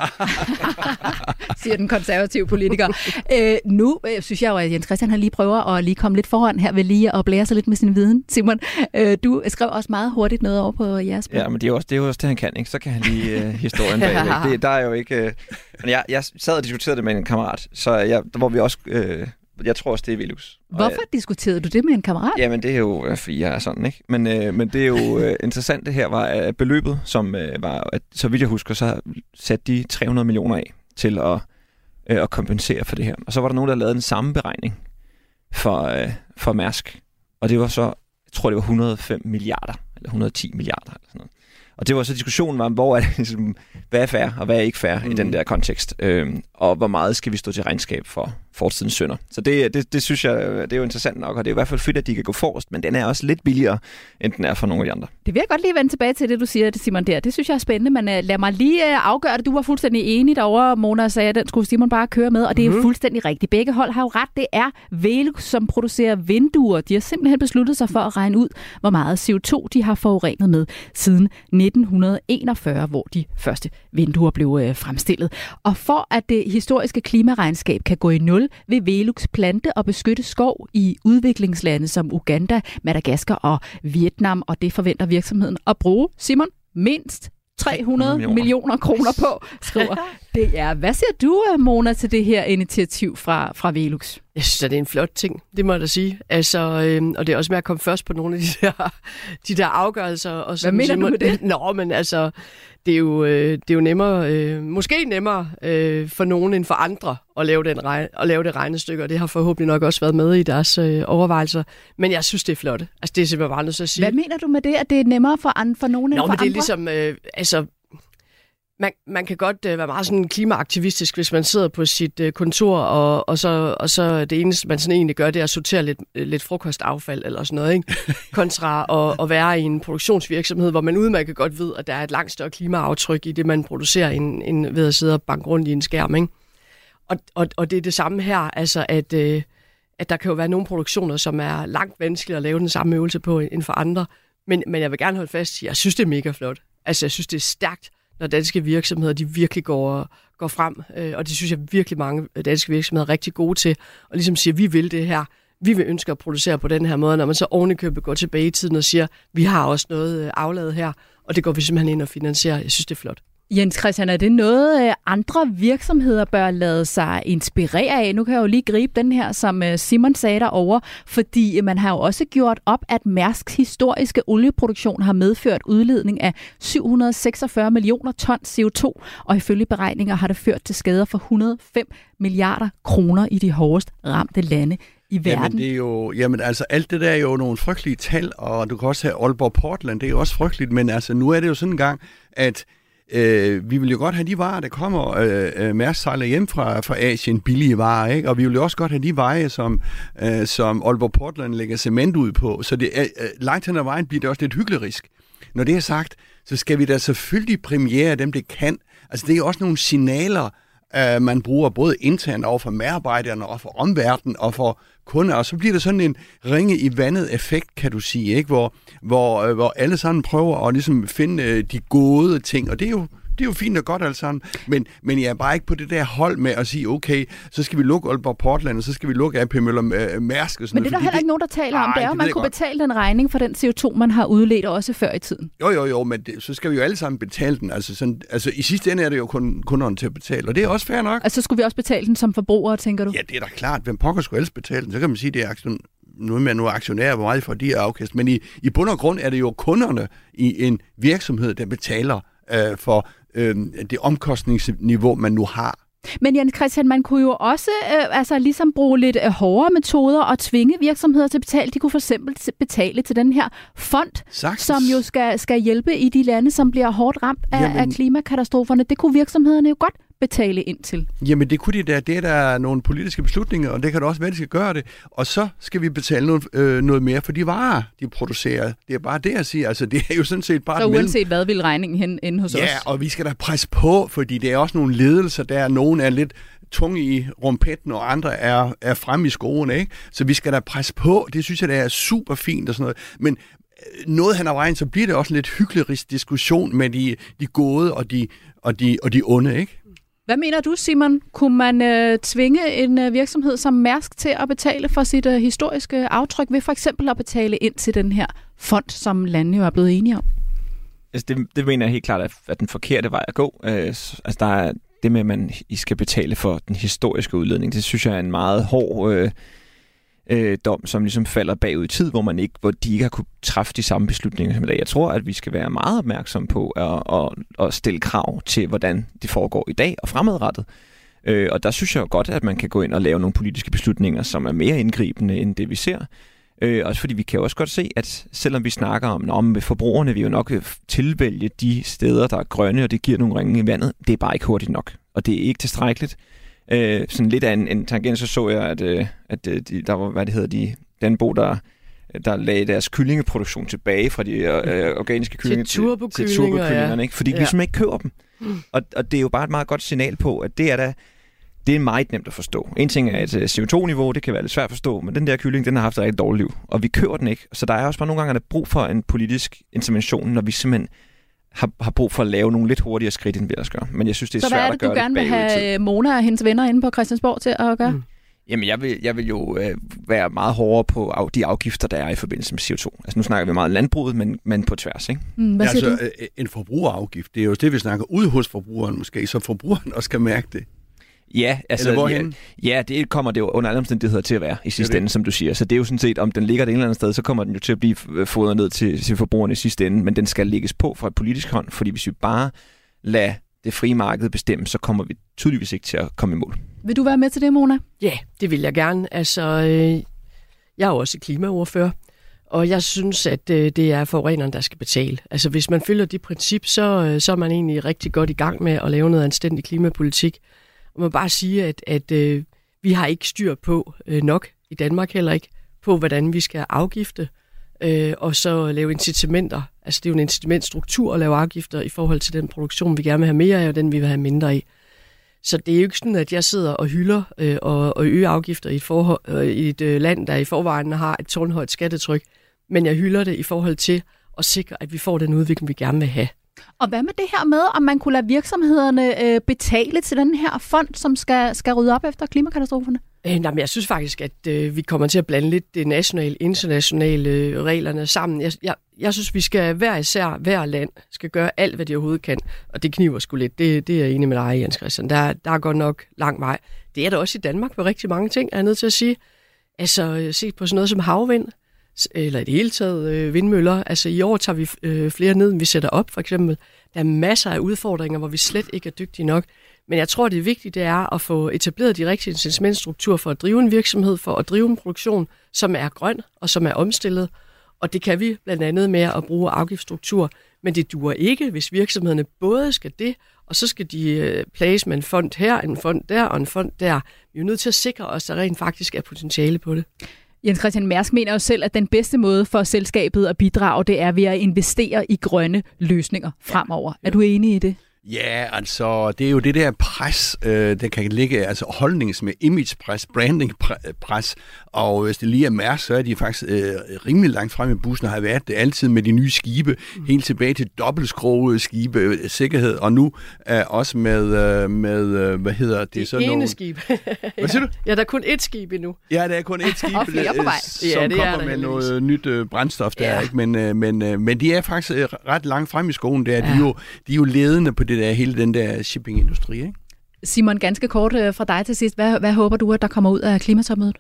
Siger den konservative politiker. øh, nu øh, synes jeg jo, at Jens Christian han lige prøver at lige komme lidt foran her ved lige at blære sig lidt med sin viden. Simon, øh, du skrev også meget hurtigt noget over på jeres bog. Ja, men det er jo også det, er jo også det han kan, ikke? Så kan han lige øh, historien bagvæk. Det, der er jo ikke... Øh, men jeg, jeg sad og diskuterede det med en kammerat, så jeg, der var vi også... Øh, Jeg tror også, det er Velux. Hvorfor jeg, diskuterede du det med en kammerat? Jamen, det er jo, fordi jeg er sådan, ikke? Men, øh, men det er jo øh, interessant, det her var at beløbet, som øh, var, at, så vidt jeg husker, så satte de tre hundrede millioner af til at, øh, at kompensere for det her. Og så var der nogen, der lavede den samme beregning for, øh, for Mærsk. Og det var så, jeg tror, det var et hundrede og fem milliarder, eller et hundrede og ti milliarder, eller sådan noget. Og det var så diskussionen om, hvor er det, ligesom, hvad er fair, og hvad er ikke fair mm. i den der kontekst. Øhm, og hvor meget skal vi stå til regnskab for fortidens synder. Så det, det, det synes jeg, det er jo interessant nok, og det er i hvert fald fedt, at de kan gå forrest, men den er også lidt billigere, end den er for nogle af de andre. Det vil jeg godt lige vende tilbage til det, du siger, Simon, der. Det synes jeg er spændende, men uh, lad mig lige uh, afgøre det. Du var fuldstændig enig derovre, Mona sagde, at den skulle Simon bare køre med, og det er mm-hmm. fuldstændig rigtigt. Begge hold har jo ret. Det er Velux, som producerer vinduer. De har simpelthen besluttet sig for at regne ud, hvor meget C O to de har forurenet med siden nitten enogfyrre, hvor de første vinduer blev uh, fremstillet. Og for at det historiske klimaregnskab kan gå i nul, vil Velux plante og beskytte skov i udviklingslande som Uganda, Madagaskar og Vietnam, og det forventer virksomheden at bruge, Simon, mindst tre hundrede millioner kroner på, skriver Det er. Hvad siger du, Mona, til det her initiativ fra, fra Velux? Jeg synes, at det er en flot ting, det må jeg da sige. Altså, øhm, og det er også med at komme først på nogle af de der, de der afgørelser. Og Hvad mener du med det? Nå, men altså, det er jo, øh, det er jo nemmere, øh, måske nemmere øh, for nogen end for andre at lave, den regn, at lave det regnestykke, og det har forhåbentlig nok også været med i deres øh, overvejelser. Men jeg synes, det er flot. Altså, det er simpelthen bare nødt til at sige. Hvad mener du med det, at det er nemmere for, an, for nogen end Nå, for men det er andre? ligesom, øh, altså... Man, man kan godt øh, være meget sådan klimaaktivistisk, hvis man sidder på sit øh, kontor, og, og, så, og så det eneste, man sådan egentlig gør, det er at sortere lidt, øh, lidt frokostaffald eller sådan noget, ikke? Kontra at, at være i en produktionsvirksomhed, hvor man udmærket godt ved, at der er et langt større klimaaftryk i det, man producerer, end, end ved at sidde og banke rundt i en skærm, ikke? Og, og, og det er det samme her, altså at, øh, at der kan jo være nogle produktioner, som er langt vanskeligere at lave den samme øvelse på end for andre, men, men jeg vil gerne holde fast i, jeg synes, det er mega flot. Altså, jeg synes, det er stærkt, når danske virksomheder, de virkelig går, går frem. Og det synes jeg virkelig mange danske virksomheder er rigtig gode til. Og ligesom siger, vi vil det her. Vi vil ønske at producere på den her måde. Når man så ovenikøbet går tilbage i tiden og siger, vi har også noget afladet her. Og det går vi simpelthen ind og finansierer. Jeg synes, det er flot. Jens Christian, er det noget, andre virksomheder bør lade sig inspirere af? Nu kan jeg jo lige gribe den her, som Simon sagde derovre, fordi man har jo også gjort op, at Mærsks historiske olieproduktion har medført udledning af syv hundrede seksogfyrre millioner ton C O to, og ifølge beregninger har det ført til skader for et hundrede og fem milliarder kroner i de hårdest ramte lande i verden. Jamen, det er jo, jamen altså, alt det der er jo nogle frygtelige tal, og du kan også have Aalborg Portland, det er jo også frygteligt, men altså, nu er det jo sådan en gang, at Øh, vi vil jo godt have de varer, der kommer. Øh, øh, Mærsk sejler hjem fra, fra Asien, billige varer, ikke? Og vi vil jo også godt have de veje, som, øh, som Aalborg Portland lægger cement ud på. Så det, øh, langt hen ad vejen bliver det også lidt hyklerisk. Når det er sagt, så skal vi da selvfølgelig premiere dem, det kan. Altså, det er også nogle signaler, øh, man bruger både internt over for medarbejderne og for omverdenen og for kunder, og så bliver det sådan en ringe i vandet effekt, kan du sige, ikke? Hvor, hvor, øh, hvor alle sammen prøver at ligesom finde øh, de gode ting, og det er jo Det er jo fint og godt alt sammen, men, men jeg er bare ikke på det der hold med at sige, okay, så skal vi lukke Aalborg Portland, og så skal vi lukke A P Møller øh, Mærsk og sådan Men det er der heller det, ikke nogen, der taler om. Nej, Det er jo, det man kunne godt betale den regning for den C O to, man har udledt også før i tiden. Jo, jo, jo, men det, så skal vi jo alle sammen betale den. Altså, sådan, altså i sidste ende er det jo kun kunderne til at betale, og det er også fair nok. Altså så skulle vi også betale den som forbrugere, tænker du? Ja, det er da klart. Hvem pokker skulle ellers betale den? Så kan man sige, det er aktion, noget med nogle aktionærer, hvor meget for de er afkast. Men i, i bund og grund er det jo kunderne i en virksomhed, der betaler øh, for øh, det omkostningsniveau, man nu har. Men Jens Christian, man kunne jo også øh, altså ligesom bruge lidt øh, hårdere metoder og tvinge virksomheder til at betale. De kunne for eksempel betale til den her fond, Sagtens. som jo skal, skal hjælpe i de lande, som bliver hårdt ramt af, Jamen, af klimakatastroferne. Det kunne virksomhederne jo godt betale ind til. Jamen det kunne de der. Det er der nogle politiske beslutninger, og det kan da også være, de skal gøre det. Og så skal vi betale noget, øh, noget mere for de varer, de producerer. Det er bare det, jeg siger. Altså det er jo sådan set bare... Så uanset mellem... hvad vil regningen hen inde hos ja, os? Ja, og vi skal da presse på, fordi det er også nogle ledelser, der nogen er lidt tunge i rumpetten, og andre er, er fremme i skoene, ikke? Så vi skal da presse på. Det synes jeg, det er super fint og sådan noget. Men noget hen ad vejen, så bliver det også en lidt hyklerisk diskussion med de, de gode og de, og, de, og de onde, ikke? Hvad mener du, Simon? Kunne man øh, tvinge en øh, virksomhed som Mærsk til at betale for sit øh, historiske aftryk ved for eksempel at betale ind til den her fond, som landene jo er blevet enige om? Altså det, det mener jeg helt klart er den forkerte vej at gå. Øh, altså der er det med, at man I skal betale for den historiske udledning. Det synes jeg er en meget hård øh, øh, dom, som ligesom falder bagud i tid, hvor man ikke, hvor de ikke har kunne træffe de samme beslutninger som i dag. Jeg tror, at vi skal være meget opmærksomme på at, at, at stille krav til, hvordan det foregår i dag og fremadrettet. Øh, og der synes jeg jo godt, at man kan gå ind og lave nogle politiske beslutninger, som er mere indgribende end det, vi ser. Øh, også fordi vi kan jo også godt se, at selvom vi snakker om, om med forbrugerne, vi jo nok tilvælge de steder, der er grønne, og det giver nogle ringe i vandet, det er bare ikke hurtigt nok. Og det er ikke tilstrækkeligt. Øh, sådan lidt af en, en tangent, så så jeg, at, øh, at de, der var, hvad det hedder, de, den bo, der, der lagde deres kyllingeproduktion tilbage fra de øh, organiske kyllinger til turbokyllingerne, ja. Ikke? Fordi ja. vi simpelthen ikke køber dem. Mm. Og, og det er jo bare et meget godt signal på, at det er da det er meget nemt at forstå. En ting er et C O to niveau, det kan være lidt svært at forstå, men den der kylling, den har haft et rigtig dårligt liv, og vi køber den ikke. Så der er også bare nogle gange, der er brug for en politisk intervention, når vi simpelthen har, har brug for at lave nogle lidt hurtigere skridt, end vi ellers gør. Men jeg synes, det er så svært at gøre det. Så hvad er det, du gerne vil have Mona og hendes venner inde på Christiansborg til at gøre? Mm. Jamen, jeg vil, jeg vil jo øh, være meget hårdere på af, de afgifter, der er i forbindelse med C O to. Altså, nu snakker vi meget landbruget, men, men på tværs, ikke? Mm, hvad siger altså, du? En forbrugerafgift, det er jo det, vi snakker ud hos forbrugeren måske, så forbrugeren også kan mærke det. Ja, altså, ja, ja, det kommer det jo under alle omstændigheder til at være i sidste ende, som du siger. Så det er jo sådan set, om den ligger et eller andet sted, så kommer den jo til at blive fodret ned til, til forbrugerne i sidste ende, men den skal lægges på fra et politisk hånd, fordi hvis vi bare lader det frie marked bestemme, så kommer vi tydeligvis ikke til at komme i mål. Vil du være med til det, Mona? Ja, det vil jeg gerne. Altså, øh, jeg er jo også klimaordfører, og jeg synes, at øh, det er forureneren, der skal betale. Altså, hvis man følger de princip, så, øh, så er man egentlig rigtig godt i gang med at lave noget anstændig klimapolitik. Og man bare sige, at, at øh, vi har ikke styr på øh, nok, i Danmark heller ikke, på hvordan vi skal afgifte, øh, og så lave incitamenter. Altså, det er jo en incitamentstruktur at lave afgifter i forhold til den produktion, vi gerne vil have mere af, og den vi vil have mindre af. Så det er jo ikke sådan, at jeg sidder og hylder øh, og, og øger afgifter i et, forhold, øh, i et øh, land, der i forvejen har et tårnhøjt skattetryk, men jeg hylder det i forhold til at sikre, at vi får den udvikling, vi gerne vil have. Og hvad med det her med, om man kunne lade virksomhederne øh, betale til den her fond, som skal, skal rydde op efter klimakatastroferne? Øh, nej, men jeg synes faktisk, at øh, vi kommer til at blande lidt det nationale, internationale øh, reglerne sammen. Jeg, jeg, jeg synes, vi skal hver især, hver land, skal gøre alt, hvad de overhovedet kan. Og det kniver sgu lidt. Det, det er jeg enig med dig, Jens Christian. Der, der er godt nok lang vej. Det er der også i Danmark på rigtig mange ting, er jeg nødt til at sige. Altså, se på sådan noget som havvind, eller i det hele taget øh, vindmøller. Altså, i år tager vi øh, flere ned, end vi sætter op, for eksempel. Der er masser af udfordringer, hvor vi slet ikke er dygtige nok. Men jeg tror, det er vigtigt, det er at få etableret de rigtige incitamentstrukturer for at drive en virksomhed, for at drive en produktion, som er grøn og som er omstillet. Og det kan vi blandt andet med at bruge afgiftsstruktur. Men det duer ikke, hvis virksomhederne både skal det, og så skal de øh, plages med en fond her, en fond der og en fond der. Vi er jo nødt til at sikre os, at der rent faktisk er potentiale på det. Jens Christian Mærsk mener jo selv, at den bedste måde for selskabet at bidrage, det er ved at investere i grønne løsninger fremover. Ja. Er du enig i det? Ja, altså, det er jo det der pres, øh, der kan ligge, altså holdnings- med imagepres, brandingpres, og hvis det lige er Mærsk, så er de faktisk øh, rimelig langt frem i bussen, og har været det altid med de nye skibe, mm. helt tilbage til dobbeltskrogede skibe, øh, sikkerhed, og nu øh, også med, øh, med øh, hvad hedder det? Det sådan ene nogle... skib. Hvad siger du? Ja, der er kun ét skib endnu. Ja, der er kun ét skib, og flere på vej. som Ja, det kommer med noget nyt øh, brændstof der, ja. ikke? Men, øh, men, øh, men de er faktisk øh, ret langt frem i skoen der. Ja. De, er jo, de er jo ledende på det der, hele den der shippingindustri, ikke? Simon, ganske kort øh, fra dig til sidst. Hvad, hvad håber du, at der kommer ud af klimatopmødet?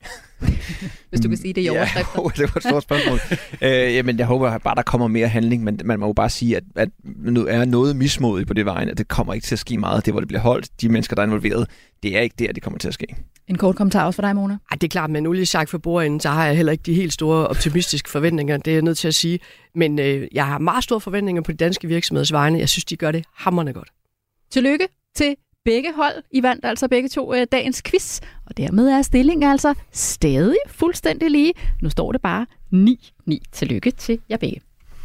Hvis du kan sige det i overskrifter. Ja, det var et stort spørgsmål. øh, jamen, jeg håber bare, der kommer mere handling, men man må jo bare sige, at, at nu er noget mismodigt på det vejen, at det kommer ikke til at ske meget. Det, hvor det bliver holdt, de mennesker, der er involveret, det er ikke der, det kommer til at ske. En kort kommentar også for dig, Mona. Ej, det er klart, med en oliesjak for bordenden, så har jeg heller ikke de helt store optimistiske forventninger, det er jeg nødt til at sige. Men øh, jeg har meget store forventninger på de danske virksomheders vegne. Jeg synes, de gør det hamrende godt. Tillykke til begge hold. I vandt altså begge to øh, dagens quiz, og dermed er stillingen altså stadig fuldstændig lige. Nu står det bare ni ni. Tillykke til jer begge.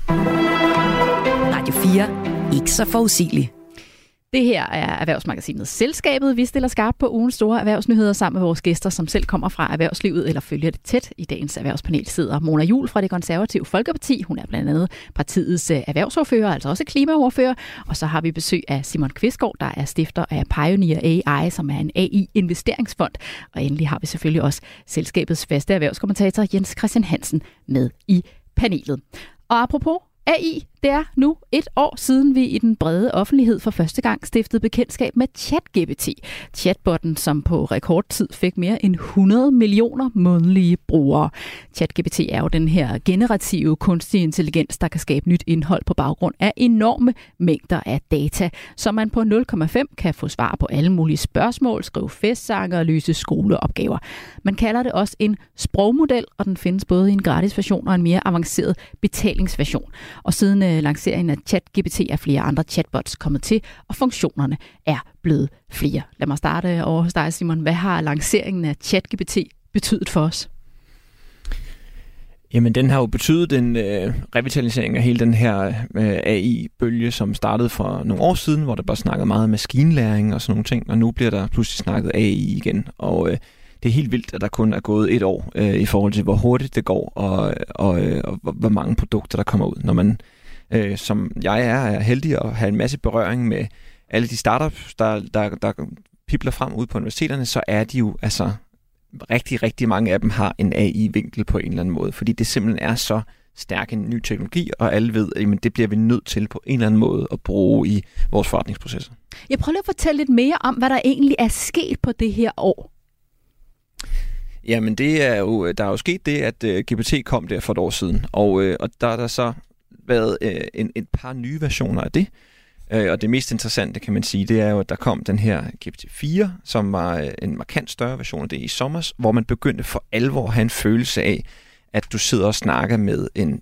Radio fire. Ikke så forudsigelig. Det her er Erhvervsmagasinet Selskabet. Vi stiller skarpt på ugens store erhvervsnyheder sammen med vores gæster, som selv kommer fra erhvervslivet eller følger det tæt. I dagens erhvervspanel sidder Mona Juul fra Det Konservative Folkeparti. Hun er blandt andet partiets erhvervsordfører, altså også klimaordfører. Og så har vi besøg af Simon Kvistgaard, der er stifter af Pioneer A I, som er en A I-investeringsfond. Og endelig har vi selvfølgelig også selskabets faste erhvervskommentator Jens Christian Hansen med i panelet. Og apropos A I, det er nu et år siden, vi i den brede offentlighed for første gang stiftede bekendtskab med ChatGPT. Chatbotten, som på rekordtid fik mere end hundrede millioner månedlige brugere. ChatGPT er jo den her generative kunstige intelligens, der kan skabe nyt indhold på baggrund af enorme mængder af data, så man på nul komma fem kan få svar på alle mulige spørgsmål, skrive festsange og løse skoleopgaver. Man kalder det også en sprogmodel, og den findes både i en gratis version og en mere avanceret betalingsversion. Og siden øh, lanceringen af ChatGPT er flere andre chatbots kommet til, og funktionerne er blevet flere. Lad mig starte over hos dig, Simon. Hvad har lanceringen af ChatGPT betydet for os? Jamen, den har jo betydet en øh, revitalisering af hele den her øh, A I-bølge, som startede for nogle år siden, hvor der bare snakkede meget maskinlæring og sådan nogle ting, og nu bliver der pludselig snakket A I igen, og øh, det er helt vildt, at der kun er gået et år øh, i forhold til, hvor hurtigt det går, og, og, øh, og hvor mange produkter, der kommer ud. Når man, øh, som jeg er, er heldig at have en masse berøring med alle de startups, der, der, der pibler frem ude på universiteterne, så er de jo altså rigtig, rigtig mange af dem har en A I-vinkel på en eller anden måde, fordi det simpelthen er så stærk en ny teknologi, og alle ved, at det bliver vi nødt til på en eller anden måde at bruge i vores forretningsprocesser. Jeg prøver lige at fortælle lidt mere om, hvad der egentlig er sket på det her år. Jamen, det er jo, der er jo sket det, at uh, G P T kom der for et år siden, og, uh, og der er der så været uh, en, et par nye versioner af det. Uh, og det mest interessante, kan man sige, det er jo, at der kom den her G P T fire, som var uh, en markant større version af det i sommer, hvor man begyndte for alvor at have en følelse af, at du sidder og snakker med en,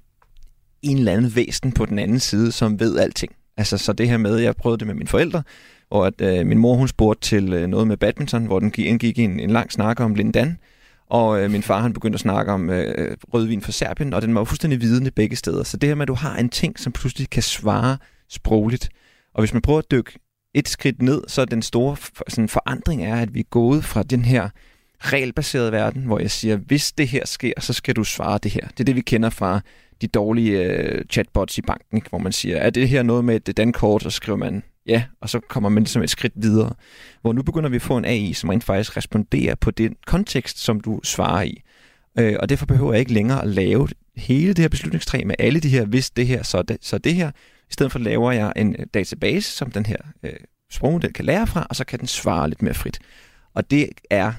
en eller anden væsen på den anden side, som ved alting. Altså, så det her med, jeg prøvede det med mine forældre, og at uh, min mor, hun spurgte til uh, noget med badminton, hvor den indgik en, en lang snak om Lindan, og øh, min far, han begyndte at snakke om øh, rødvin fra Serbien, og den var jo fuldstændig vidende begge steder. Så det her med, at du har en ting, som pludselig kan svare sprogligt. Og hvis man prøver at dykke et skridt ned, så er den store sådan, forandring er, at vi er gået fra den her regelbaserede verden, hvor jeg siger, hvis det her sker, så skal du svare det her. Det er det, vi kender fra de dårlige øh, chatbots i banken, hvor man siger, er det her noget med et dankort, og så skriver man ja, og så kommer man ligesom et skridt videre. Hvor nu begynder vi at få en A I, som rent faktisk responderer på den kontekst, som du svarer i. Øh, og derfor behøver jeg ikke længere at lave hele det her beslutningstræ med alle de her, hvis det her, så det, så det her. I stedet for laver jeg en database, som den her øh, sprogmodel kan lære fra, og så kan den svare lidt mere frit. Og det er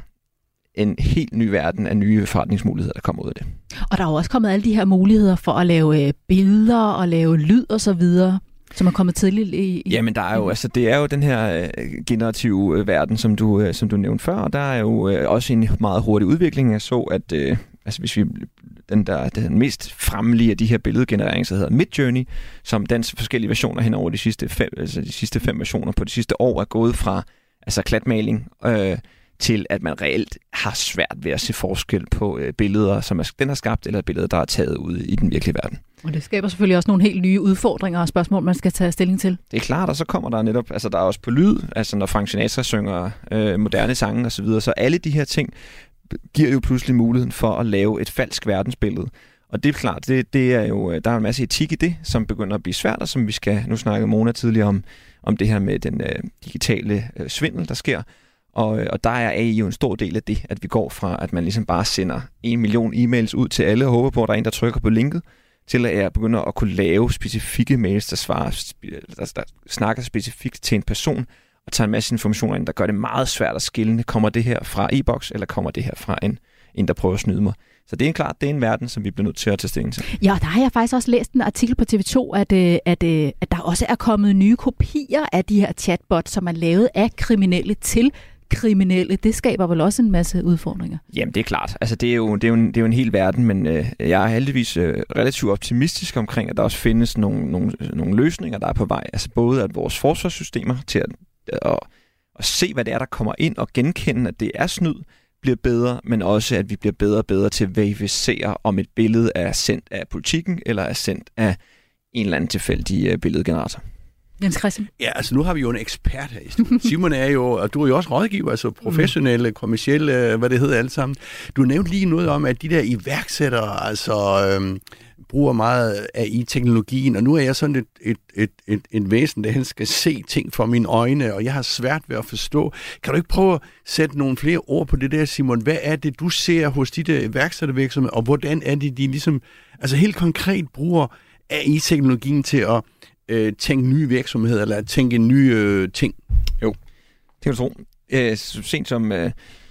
en helt ny verden af nye forretningsmuligheder, der kommer ud af det. Og der er jo også kommet alle de her muligheder for at lave billeder og lave lyd og så videre, som er kommet tidligt i... i Jamen, der er jo, altså, det er jo den her øh, generative øh, verden, som du, øh, som du nævnte før, og der er jo øh, også en meget hurtig udvikling. Jeg så, at øh, altså, hvis vi den der den mest fremlige af de her billedgenereringer, så hedder Midjourney, som dens forskellige versioner hen over de sidste fem, altså de sidste fem versioner på de sidste år er gået fra altså klatmaling øh, til, at man reelt har svært ved at se forskel på øh, billeder, som er, den har skabt, eller billeder, der er taget ud i den virkelige verden. Og det skaber selvfølgelig også nogle helt nye udfordringer og spørgsmål, man skal tage stilling til. Det er klart, og så kommer der netop, altså der er også på lyd, altså når Frank Sinatra synger øh, moderne sange osv., så, så alle de her ting giver jo pludselig muligheden for at lave et falsk verdensbillede. Og det er klart, det, det er jo, der er en masse etik i det, som begynder at blive svært, og som vi skal, nu snakke Mona tidligere om, om det her med den øh, digitale øh, svindel, der sker. Og, og der er A I jo en stor del af det, at vi går fra, at man ligesom bare sender en million e-mails ud til alle og håber på, at der er en, der trykker på linket, til at jeg begynder at kunne lave specifikke mails, der, svarer, der, der snakker specifikt til en person, og tager en masse informationer ind, der gør det meget svært at skille. Kommer det her fra e-boks, eller kommer det her fra en, en, der prøver at snyde mig? Så det er klart, det er en verden, som vi bliver nødt til at tage stilling til. Ja, der har jeg faktisk også læst en artikel på T V to, at, at, at der også er kommet nye kopier af de her chatbots, som er lavet af kriminelle til kriminelle. Det skaber vel også en masse udfordringer? Jamen, det er klart. Altså, det er jo, det er jo, en, det er jo en hel verden, men øh, jeg er heldigvis øh, relativt optimistisk omkring, at der også findes nogle, nogle, nogle løsninger, der er på vej. Altså både at vores forsvarssystemer til at, at, at se, hvad det er, der kommer ind, og genkende, at det er snyd, bliver bedre, men også, at vi bliver bedre og bedre til at verificere, om et billede er sendt af politikken, eller er sendt af en eller anden tilfældig øh, billedgenerator. Jens Christian? Ja, altså nu har vi jo en ekspert her i studiet. Simon er jo, og du er jo også rådgiver, altså professionelle, kommercielle, hvad det hedder alt sammen. Du nævnte lige noget om, at de der iværksættere, altså øhm, bruger meget af i-teknologien, og nu er jeg sådan et, et, et, et, et væsen, der skal se ting for mine øjne, og jeg har svært ved at forstå. Kan du ikke prøve at sætte nogle flere ord på det der, Simon? Hvad er det, du ser hos de der iværksættervirksomheder, og hvordan er det, de ligesom, altså helt konkret bruger af i-teknologien til at øh, tænke nye virksomheder, eller at tænke nye øh, ting? Jo, det kan du tro. Øh, så sent som øh,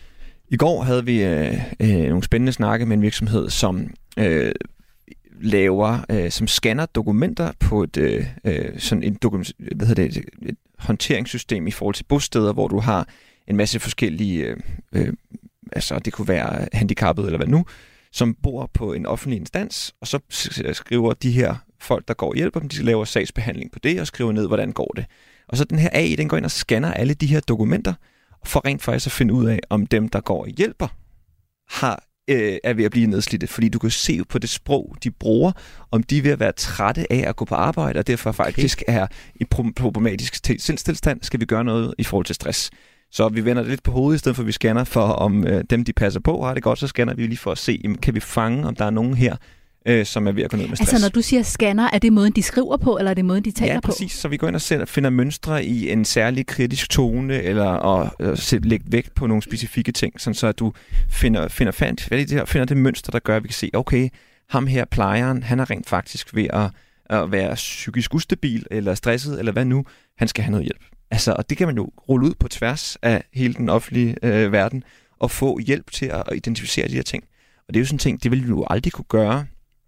i går havde vi øh, øh, nogle spændende snakke med en virksomhed, som øh, laver, øh, som scanner dokumenter på et, øh, sådan et, dokument, hvad hedder det, et, et håndteringssystem i forhold til bosteder, hvor du har en masse forskellige, øh, øh, altså det kunne være handicappede eller hvad nu, som bor på en offentlig instans, og så skriver de her folk, der går og hjælper dem, de laver sagsbehandling på det, og skriver ned, hvordan går det. Og så den her A I, den går ind og scanner alle de her dokumenter, for rent faktisk at finde ud af, om dem, der går og hjælper, har, øh, er ved at blive nedslidte. Fordi du kan se på det sprog, de bruger, om de er ved at være trætte af at gå på arbejde, og derfor faktisk er i problematisk sindstilstand, skal vi gøre noget i forhold til stress. Så vi vender det lidt på hovedet, i stedet for at vi scanner for, om øh, dem, de passer på, har det godt, så scanner vi lige for at se, kan vi fange, om der er nogen her, øh, som er ved at gå ned med stress. Altså når du siger scanner, er det måden, de skriver på, eller er det måden, de taler på? Ja, præcis. Så vi går ind og ser, finder mønstre i en særlig kritisk tone, eller og, og lægge vægt på nogle specifikke ting, sådan så at du finder, finder, fandt, hvad er det her, finder det mønster, der gør, at vi kan se, okay, ham her plejeren, han er rent faktisk ved at, at være psykisk ustabil, eller stresset, eller hvad nu, han skal have noget hjælp. Altså, og det kan man jo rulle ud på tværs af hele den offentlige øh, verden, og få hjælp til at identificere de her ting. Og det er jo sådan en ting, det vil du jo aldrig kunne gøre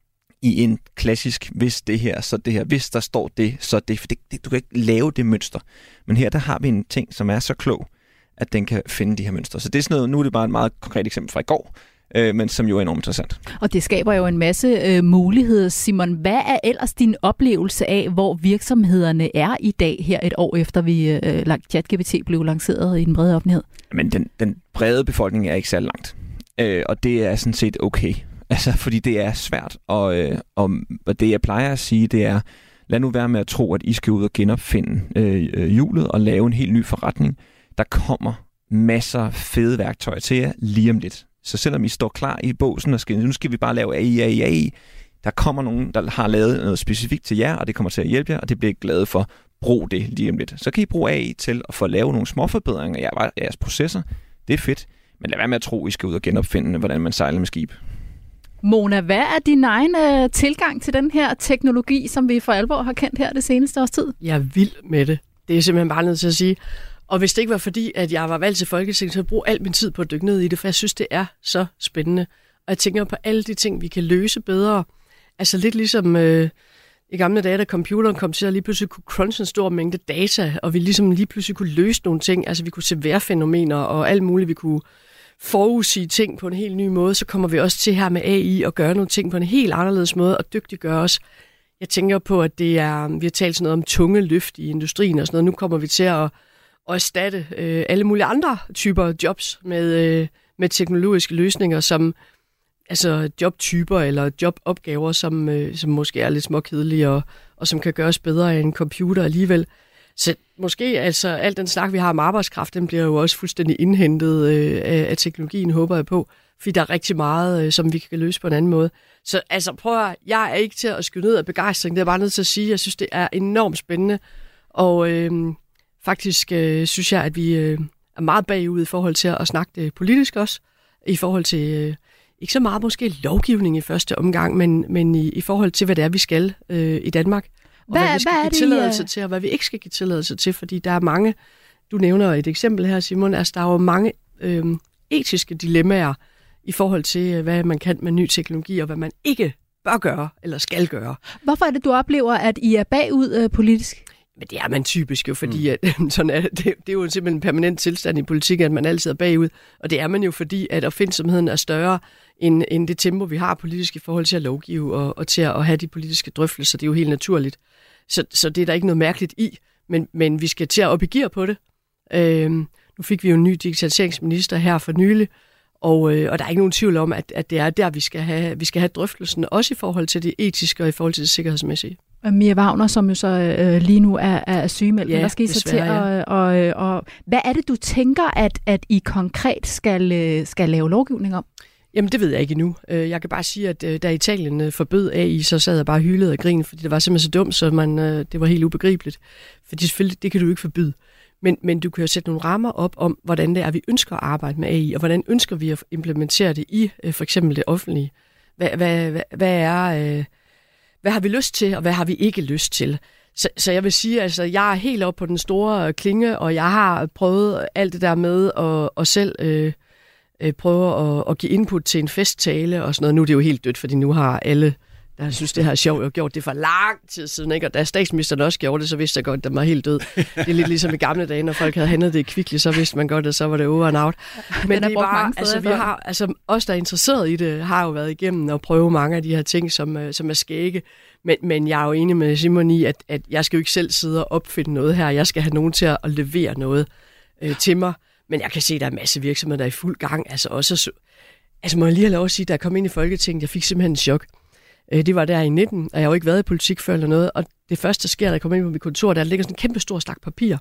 i en klassisk, hvis det her, så det her, hvis der står det, så det, for det, det, du kan ikke lave det mønster. Men her, der har vi en ting, som er så klog, at den kan finde de her mønstre. Så det er sådan noget, nu er det bare et meget konkret eksempel fra i går, øh, men som jo er enormt interessant. Og det skaber jo en masse øh, muligheder. Simon, hvad er ellers din oplevelse af, hvor virksomhederne er i dag, her et år efter vi øh, ChatGPT blev lanceret i den brede offentlighed? Men den, den brede befolkning er ikke særlig langt. Øh, og det er sådan set okay. Altså, fordi det er svært, og, øh, og, og det jeg plejer at sige, det er, lad nu være med at tro, at I skal ud og genopfinde øh, hjulet og lave en helt ny forretning. Der kommer masser af fede værktøjer til jer lige om lidt. Så selvom I står klar i båsen og skal, nu skal vi bare lave A I, A I, A I, der kommer nogen, der har lavet noget specifikt til jer, og det kommer til at hjælpe jer, og det bliver I glade for. Brug det lige om lidt. Så kan I bruge A I til at få lavet nogle små forbedringer af jeres processer. Det er fedt. Men lad være med at tro, at I skal ud og genopfinde, hvordan man sejler med skib. Mona, hvad er din egen øh, tilgang til den her teknologi, som vi for alvor har kendt her det seneste års tid? Jeg er vild med det. Det er simpelthen bare nødt til at sige. Og hvis det ikke var fordi, at jeg var valgt til Folketinget, så ville jeg bruge al min tid på at dykke ned i det, for jeg synes, det er så spændende. Og jeg tænker på alle de ting, vi kan løse bedre. Altså lidt ligesom øh, i gamle dage, da computeren kom til at lige pludselig kunne crunche en stor mængde data, og vi ligesom lige pludselig kunne løse nogle ting. Altså vi kunne se vejrfænomener og alt muligt, vi kunne forudsige ting på en helt ny måde, så kommer vi også til her med A I og gøre nogle ting på en helt anderledes måde og dygtiggøre os. Jeg tænker på, at det er, vi har talt sådan noget om tunge løft i industrien og sådan noget. Nu kommer vi til at, at erstatte øh, alle mulige andre typer jobs med, øh, med teknologiske løsninger, som altså jobtyper eller jobopgaver, som, øh, som måske er lidt småkedelige og, og som kan gøres bedre af en computer alligevel. Så måske altså alt den snak, vi har om arbejdskraft, den bliver jo også fuldstændig indhentet øh, af, af teknologien, håber jeg på. Fordi der er rigtig meget, øh, som vi kan løse på en anden måde. Så altså prøv at, jeg er ikke til at skyde ned af begejstring. Det er bare nødt til at sige, jeg synes, det er enormt spændende. Og øh, faktisk øh, synes jeg, at vi øh, er meget bagud i forhold til at snakke det politisk også. I forhold til, øh, ikke så meget måske lovgivning i første omgang, men, men i, i forhold til, hvad det er, vi skal øh, i Danmark. Og hvad, hvad vi skal hvad give tilladelse det, til, og hvad vi ikke skal give tilladelse til, fordi der er mange, du nævner et eksempel her, Simon, altså der er jo mange øh, etiske dilemmaer i forhold til, hvad man kan med ny teknologi, og hvad man ikke bør gøre, eller skal gøre. Hvorfor er det, du oplever, at I er bagud øh, politisk? Men det er man typisk jo, fordi mm. at, sådan er, det, det er jo simpelthen en permanent tilstand i politik, at man altid er bagud, og det er man jo, fordi at opfindsomheden er større end, end det tempo, vi har politisk i forhold til at lovgive og, og til at have de politiske drøftelser. Det er jo helt naturligt. Så, så det er der ikke noget mærkeligt i, men, men vi skal til at op i gear på det. Øhm, nu fik vi jo en ny digitaliseringsminister her for nylig, og, øh, og der er ikke nogen tvivl om, at, at det er der, vi skal, have, vi skal have drøftelsen, også i forhold til det etiske og i forhold til det sikkerhedsmæssige. Mia Wagner, som jo så øh, lige nu er, er sygemeldt, ja, der skal I så til ja. at, og, og, og, hvad er det, du tænker, at, at I konkret skal, skal lave lovgivning om? Jamen, det ved jeg ikke endnu. Jeg kan bare sige, at da Italien forbød A I, så sad jeg bare hyldet og grin, fordi det var simpelthen så dumt, så man, det var helt ubegribeligt. Fordi selvfølgelig, det kan du ikke forbyde. Men, men du kan jo sætte nogle rammer op om, hvordan det er, vi ønsker at arbejde med A I, og hvordan ønsker vi at implementere det i for eksempel det offentlige. Hvad, hvad, hvad, hvad, er, hvad har vi lyst til, og hvad har vi ikke lyst til? Så, så jeg vil sige, altså, jeg er helt oppe på den store klinge, og jeg har prøvet alt det der med at, at selv øh, prøve at, at give input til en festtale og sådan noget. Nu er det jo helt dødt, fordi nu har alle, der synes, det her er sjovt, og gjort det for lang tid siden, ikke? Og da statsministeren også gjorde det, så vidste jeg godt, at den var helt død. Det er lidt ligesom i gamle dage, når folk havde handlet det i Kvickly, så vidste man godt, at så var det over and out. Men det er bare, altså, vi har, altså, os, der er interesseret i det, har jo været igennem og prøve mange af de her ting, som, som er skægge. Men, men jeg er jo enig med Simon i, at, at jeg skal jo ikke selv sidde og opfinde noget her. Jeg skal have nogen til at levere noget øh, til mig. Men jeg kan se, at der er en masse virksomheder, der er i fuld gang. Altså, også, altså må jeg lige have lov at sige, at da jeg kom ind i Folketinget, jeg fik simpelthen en chok. Det var der i nitten, og jeg har jo ikke været i politik før eller noget. Og det første, der sker, da jeg kommer ind på mit kontor, der ligger sådan en kæmpe stor stak papir.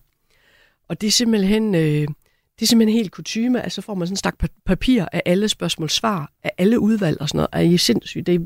Og det er simpelthen, øh, det er simpelthen helt kutyme. Altså får man sådan en stak papir af alle spørgsmål, svar, af alle udvalg og sådan noget. Er I sindssygt? Det er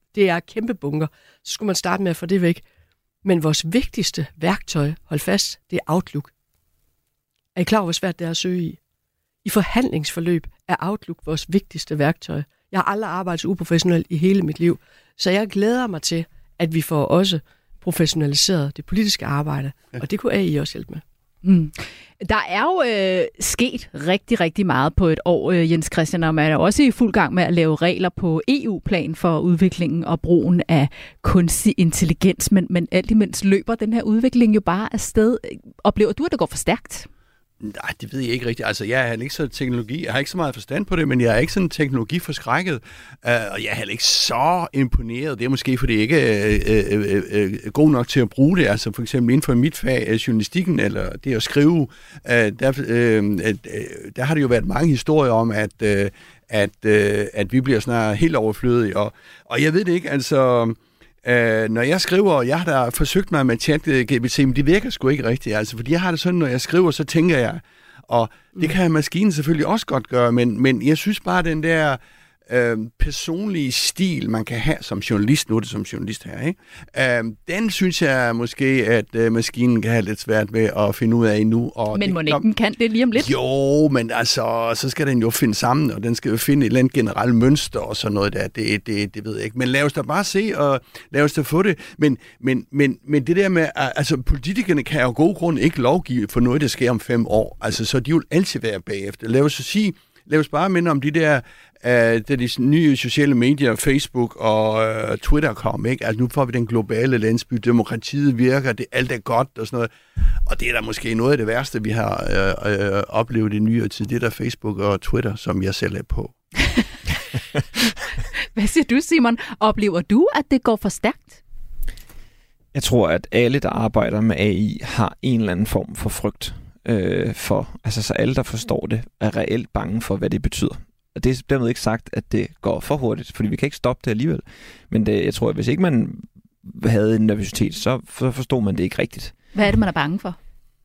Det er kæmpe bunker. Så skulle man starte med at få det væk. Men vores vigtigste værktøj, hold fast, det er Outlook. Er I klar over, hvor svært det er at søge i? I forhandlingsforløb er Outlook vores vigtigste værktøj. Jeg har aldrig arbejdet så uprofessionelt i hele mit liv, så jeg glæder mig til, at vi får også professionaliseret det politiske arbejde, ja. Og det kunne A I også hjælpe med. Mm. Der er jo øh, sket rigtig, rigtig meget på et år, øh, Jens Christian, og man er også i fuld gang med at lave regler på E U-plan for udviklingen og brugen af kunstig intelligens, men, men alt imens løber den her udvikling jo bare afsted. Oplever du, at det går for stærkt? Nej, det ved jeg ikke rigtigt. Altså, jeg er ikke så teknologi. Jeg har ikke så meget forstand på det, men jeg er ikke sådan teknologiforskrækket. Uh, og jeg er heller ikke så imponeret. Det er måske, fordi jeg ikke er uh, uh, uh, god nok til at bruge det. Altså, for eksempel inden for mit fag, uh, journalistikken, eller det at skrive, uh, der, uh, uh, der har det jo været mange historier om, at, uh, at, uh, at vi bliver snart helt overflødige. Og, og jeg ved det ikke, altså... Uh, når jeg skriver, jeg har da forsøgt mig med ChatGPT, men det virker sgu ikke rigtigt, altså, fordi jeg har det sådan, når jeg skriver, så tænker jeg, og det kan maskinen selvfølgelig også godt gøre, men, men jeg synes bare, den der øh, personlige stil, man kan have som journalist, nu er det som journalist her, ikke? Øh, den synes jeg måske, at øh, maskinen kan have lidt svært ved at finde ud af endnu. Og men må ikke den kan det lige om lidt? Jo, men altså, så skal den jo finde sammen, og den skal jo finde et eller andet generelt mønster og sådan noget der, det, det, det ved jeg ikke. Men lad os da bare se, og lad os da få det. Men, men, men, men det der med, altså politikerne kan jo af god grund ikke lovgive for noget, der sker om fem år. Altså, så de vil altid være bagefter. Lad os så sige, lad os bare minde om de der Uh, da de nye sociale medier, Facebook og uh, Twitter kom, ikke? Altså nu får vi den globale landsby, demokratiet virker, det alt er godt og sådan noget. Og det er da måske noget af det værste, vi har uh, uh, oplevet i nyere tid. Det er der Facebook og Twitter, som jeg selv er på. Hvad siger du, Simon? Oplever du, at det går for stærkt? Jeg tror, at alle, der arbejder med A I, har en eller anden form for frygt øh, for. Altså så alle, der forstår det, er reelt bange for, hvad det betyder. Og det er dermed ikke sagt, at det går for hurtigt, fordi vi kan ikke stoppe det alligevel. Men det, jeg tror, at hvis ikke man havde en nervøsitet, så forstår man det ikke rigtigt. Hvad er det, man er bange for?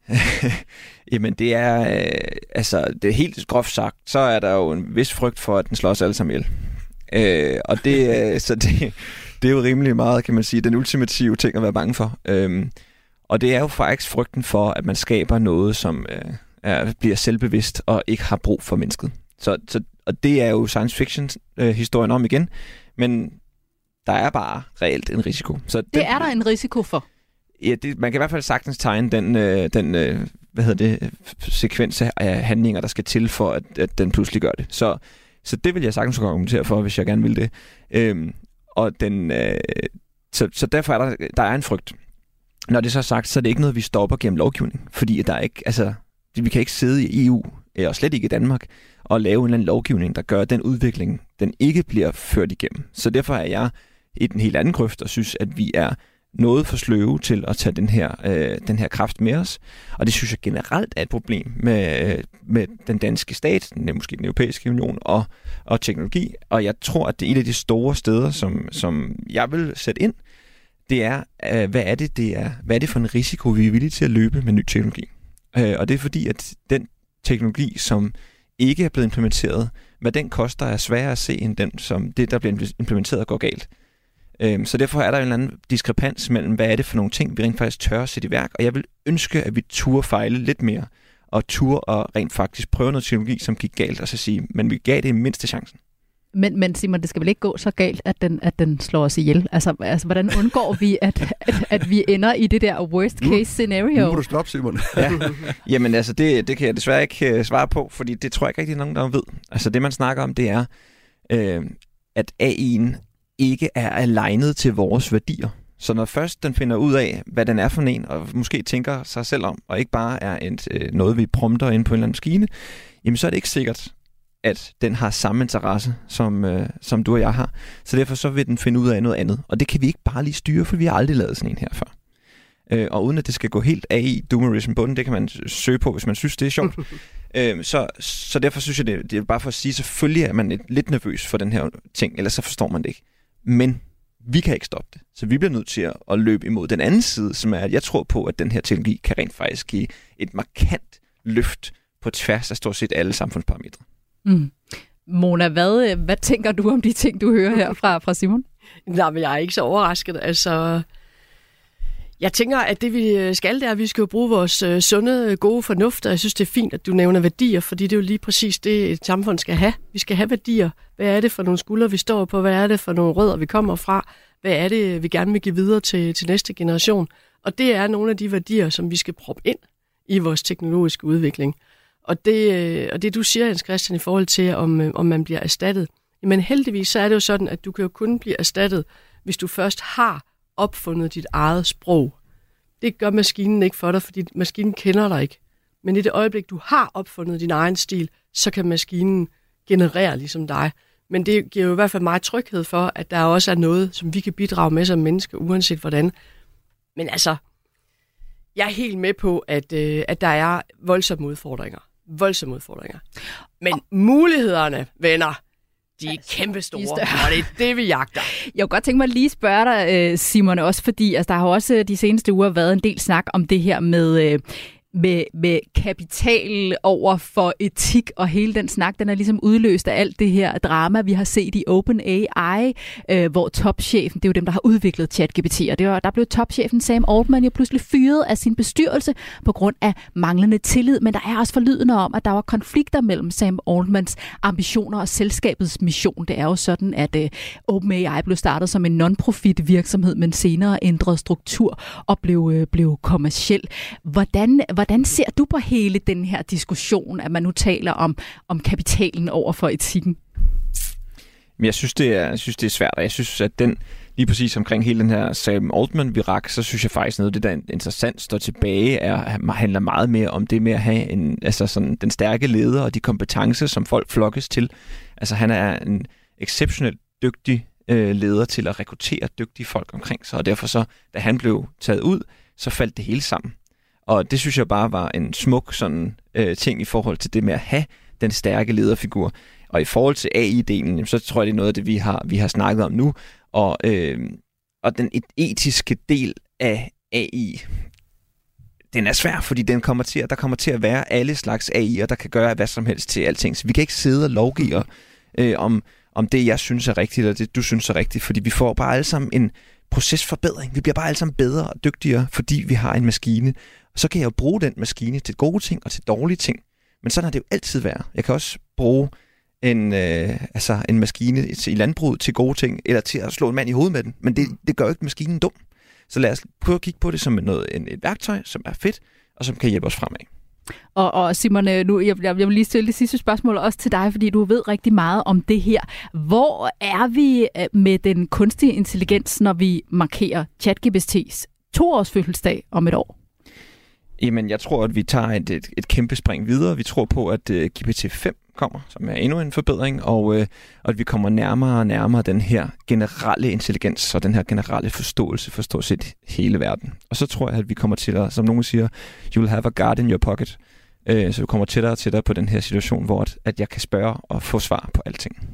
Jamen det er, øh, altså det er helt groft sagt, så er der jo en vis frygt for, at den slår os alle sammen ihjel. Øh, og det, øh, så det, det er jo rimelig meget, kan man sige, den ultimative ting at være bange for. Øh, og det er jo faktisk frygten for, at man skaber noget, som øh, er, bliver selvbevidst og ikke har brug for mennesket. Så, så og det er jo science fiction-historien øh, om igen, men der er bare reelt en risiko. Så det den, er der en risiko for? Ja, det, man kan i hvert fald sagtens tegne den, øh, den øh, hvad hedder det, sekvens af handlinger, der skal til for, at, at den pludselig gør det. Så, så det vil jeg sagtens kunne argumentere for, hvis jeg gerne vil det. Øhm, og den, øh, så, så derfor er der, der er en frygt. Når det så er sagt, så er det ikke noget, vi stopper gennem lovgivning, fordi der er ikke, altså, vi kan ikke sidde i E U, og slet ikke i Danmark, og lave en eller anden lovgivning, der gør, at den udvikling, den ikke bliver ført igennem. Så derfor er jeg i den helt anden grøft, og synes, at vi er noget for sløve til at tage den her, øh, den her kraft med os. Og det synes jeg generelt er et problem med, med den danske stat, måske den europæiske union og, og teknologi. Og jeg tror, at det er et af de store steder, som, som jeg vil sætte ind, det er, øh, hvad er det, det er, hvad er det for en risiko, vi er villige til at løbe med ny teknologi. Øh, og det er fordi, at den teknologi, som ikke er blevet implementeret, hvad den koster, er sværere at se, end den, som det, der bliver implementeret, går galt. Øhm, så derfor er der en eller anden diskrepans mellem, hvad er det for nogle ting, vi rent faktisk tør at sætte i værk, og jeg vil ønske, at vi turde fejle lidt mere, og turde at rent faktisk prøve noget teknologi, som gik galt, og så sige, men vi gav det mindste chancen. Men, men Simon, det skal vel ikke gå så galt, at den, at den slår os ihjel? Altså, altså hvordan undgår vi, at, at, at vi ender i det der worst case scenario? Nu må du stoppe, Simon. Ja. Jamen altså, det, det kan jeg desværre ikke uh, svare på, fordi det tror jeg ikke rigtig nogen, der ved. Altså det, man snakker om, det er, øh, at A I'en ikke er alignet til vores værdier. Så når først den finder ud af, hvad den er for en, og måske tænker sig selv om, og ikke bare er et, øh, noget, vi prompter ind på en eller anden maskine, jamen så er det ikke sikkert, at den har samme interesse, som, øh, som du og jeg har. Så derfor så vil den finde ud af noget andet. Og det kan vi ikke bare lige styre, for vi har aldrig lavet sådan en her før. Øh, og uden at det skal gå helt af i doomerism bunden, det kan man søge på, hvis man synes, det er sjovt. øh, så, så derfor synes jeg, det, det er bare for at sige, selvfølgelig er man lidt nervøs for den her ting, ellers så forstår man det ikke. Men vi kan ikke stoppe det. Så vi bliver nødt til at, at løbe imod den anden side, som er, at jeg tror på, at den her teknologi kan rent faktisk give et markant løft på tværs af stort set alle samfundsparametre. Mm. Mona, hvad, hvad tænker du om de ting, du hører her fra, fra Simon? Nej, men jeg er ikke så overrasket. Altså, jeg tænker, at det vi skal, det er, at vi skal jo bruge vores øh, sunde, gode fornuft, og jeg synes, det er fint, at du nævner værdier, fordi det er jo lige præcis det, et samfund skal have. Vi skal have værdier. Hvad er det for nogle skuldre, vi står på? Hvad er det for nogle rødder, vi kommer fra? Hvad er det, vi gerne vil give videre til, til næste generation? Og det er nogle af de værdier, som vi skal proppe ind i vores teknologiske udvikling. Og det, og det du siger, Jens Christian, i forhold til, om, om man bliver erstattet, men heldigvis så er det jo sådan, at du kan jo kun blive erstattet, hvis du først har opfundet dit eget sprog. Det gør maskinen ikke for dig, fordi maskinen kender dig ikke. Men i det øjeblik, du har opfundet din egen stil, så kan maskinen generere ligesom dig. Men det giver jo i hvert fald meget tryghed for, at der også er noget, som vi kan bidrage med som mennesker, uanset hvordan. Men altså, jeg er helt med på, at, øh, at der er voldsomme udfordringer. Voldsomme udfordringer. Men og mulighederne, venner, de er kæmpestore, og det er det, vi jagter. Jeg kunne godt tænke mig lige at spørge dig, Simon, også fordi altså, der har også de seneste uger været en del snak om det her med... Med, med kapital over for etik, og hele den snak, den er ligesom udløst af alt det her drama, vi har set i OpenAI, øh, hvor topchefen, det er jo dem, der har udviklet ChatGPT, og det var, der blev topchefen Sam Altman jo pludselig fyret af sin bestyrelse på grund af manglende tillid, men der er også forlydende om, at der var konflikter mellem Sam Altmans ambitioner og selskabets mission. Det er jo sådan, at øh, OpenAI blev startet som en non-profit virksomhed, men senere ændrede struktur og blev, øh, blev kommerciel. Hvordan Hvordan ser du på hele den her diskussion, at man nu taler om, om kapitalen over for etikken? Men jeg synes, det er, jeg synes, det er svært, og jeg synes, at den lige præcis omkring hele den her Sam Altman-virak, så synes jeg faktisk noget af det, der er interessant står tilbage, er, handler meget mere om det med at have en, altså sådan, den stærke leder og de kompetencer, som folk flokkes til. Altså han er en exceptionelt dygtig øh, leder til at rekruttere dygtige folk omkring sig, og derfor så, da han blev taget ud, så faldt det hele sammen. Og det synes jeg bare var en smuk sådan, øh, ting i forhold til det med at have den stærke lederfigur. Og i forhold til A I-delen, så tror jeg, det er noget af det, vi har, vi har snakket om nu. Og, øh, og den etiske del af A I, den er svær, fordi den kommer til, der kommer til at være alle slags A I'er, der kan gøre hvad som helst til alting. Så vi kan ikke sidde og lovgive øh, om, om det, jeg synes er rigtigt, eller det, du synes er rigtigt, fordi vi får bare alle sammen en procesforbedring. Vi bliver bare alle sammen bedre og dygtigere, fordi vi har en maskine. Og så kan jeg jo bruge den maskine til gode ting og til dårlige ting. Men sådan har det jo altid været. Jeg kan også bruge en, øh, altså en maskine i landbruget til gode ting, eller til at slå en mand i hovedet med den. Men det, det gør jo ikke maskinen dum. Så lad os prøve at kigge på det som noget, en, et værktøj, som er fedt, og som kan hjælpe os fremad. Og, og Simon, nu, jeg, jeg vil lige stille det sidste spørgsmål også til dig, fordi du ved rigtig meget om det her. Hvor er vi med den kunstige intelligens, når vi markerer ChatGPT's toårs fødselsdag om et år? Jamen, jeg tror, at vi tager et, et, et kæmpe spring videre. Vi tror på, at uh, G P T fem kommer, som er endnu en forbedring, og, uh, og at vi kommer nærmere og nærmere den her generelle intelligens og den her generelle forståelse for stort set hele verden. Og så tror jeg, at vi kommer til at, som nogen siger, you will have a guard in your pocket. Uh, så vi kommer tættere og tættere på den her situation, hvor at, at jeg kan spørge og få svar på alting.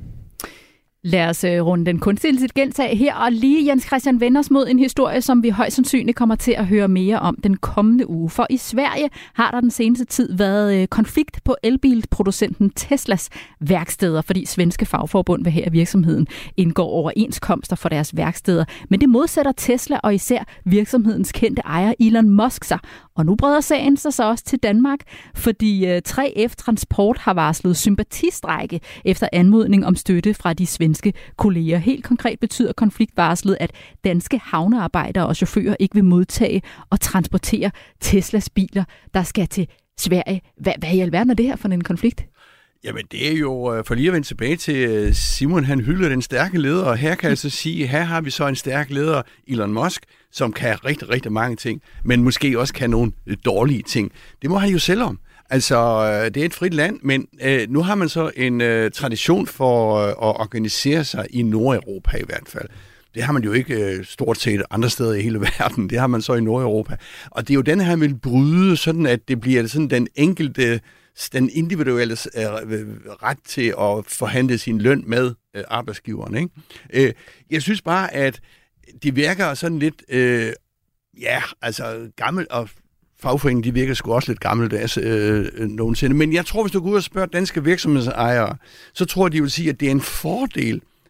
Lad os uh, runde den kunstige intelligens af her, og lige Jens Christian vender os mod en historie, som vi højst sandsynligt kommer til at høre mere om den kommende uge. For i Sverige har der den seneste tid været uh, konflikt på elbilproducenten Teslas værksteder, fordi svenske fagforbund vil have, at virksomheden indgår overenskomster for deres værksteder. Men det modsætter Tesla og især virksomhedens kendte ejer Elon Musk sig. Og nu breder sagen sig så også til Danmark, fordi uh, tre F Transport har varslet sympatistrække efter anmodning om støtte fra de svenske kolleger. Helt konkret betyder konfliktvarslet, at danske havnearbejdere og chauffører ikke vil modtage og transportere Teslas biler, der skal til Sverige. Hvad, hvad i alverden er det her for en konflikt? Jamen det er jo, for lige at vende tilbage til Simon, han hylder den stærke leder, og her kan jeg så sige, her har vi så en stærk leder, Elon Musk, som kan rigtig, rigtig mange ting, men måske også kan nogle dårlige ting. Det må han jo selv om. Altså, det er et frit land, men øh, nu har man så en øh, tradition for øh, at organisere sig i Nordeuropa i hvert fald. Det har man jo ikke øh, stort set andre steder i hele verden. Det har man så i Nordeuropa. Og det er jo den her, vil bryde, sådan at det bliver sådan den enkelte, den individuelle øh, ret til at forhandle sin løn med øh, arbejdsgiveren. Ikke? Øh, jeg synes bare, at det virker sådan lidt, øh, ja, altså gammel og fagforeningen, de virker sgu også lidt gammeldags øh, nogensinde. Men jeg tror, hvis du går ud og spørger danske virksomhedsejere, så tror jeg, de vil sige, at det er en fordel,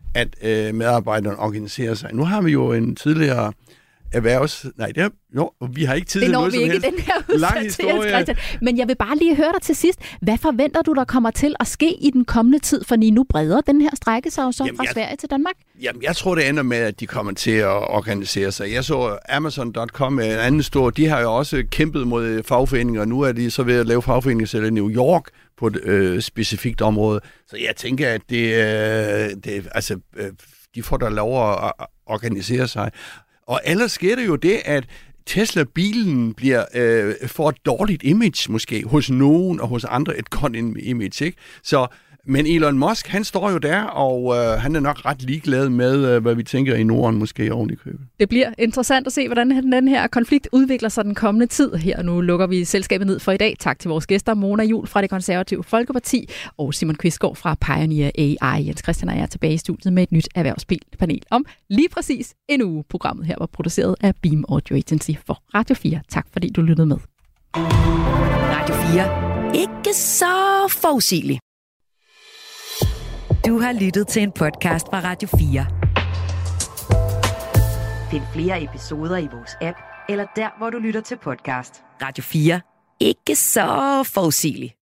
at øh, medarbejderne organiserer sig. Nu har vi jo en tidligere erhvervs... Nej, det er... Jo, vi har ikke tid til noget som helst. Det når vi ikke i den her udsendelse. Men jeg vil bare lige høre dig til sidst. Hvad forventer du, der kommer til at ske i den kommende tid? For nu breder den her strække sig så fra jeg, Sverige til Danmark. Jamen, jeg tror, det ender med, at de kommer til at organisere sig. Jeg så Amazon punktum com, en anden stor, de har jo også kæmpet mod fagforeninger, og nu er de så ved at lave fagforeninger i New York på et øh, specifikt område. Så jeg tænker, at det, øh, det altså, øh, de får da lov at organisere sig. Og ellers sker det jo det, at Tesla-bilen bliver øh, får et dårligt image måske hos nogen, og hos andre et godt image, ikke? Så, men Elon Musk, han står jo der, og øh, han er nok ret ligeglad med, øh, hvad vi tænker i Norden måske oven i købet. Det bliver interessant at se, hvordan den her konflikt udvikler sig den kommende tid. Her nu lukker vi selskabet ned for i dag. Tak til vores gæster, Mona Juul fra Det Konservative Folkeparti og Simon Kvistgaard fra Pioneer A I. Jens Christian og jeg er tilbage i studiet med et nyt erhvervspanel om lige præcis en uge. Programmet her var produceret af Beam Audio Agency for Radio fire. Tak fordi du lyttede med. Radio fire. Ikke så forudsigeligt. Du har lyttet til en podcast fra Radio fire. Find flere episoder i vores app, eller der, hvor du lytter til podcast. Radio fire. Ikke så forudsigeligt.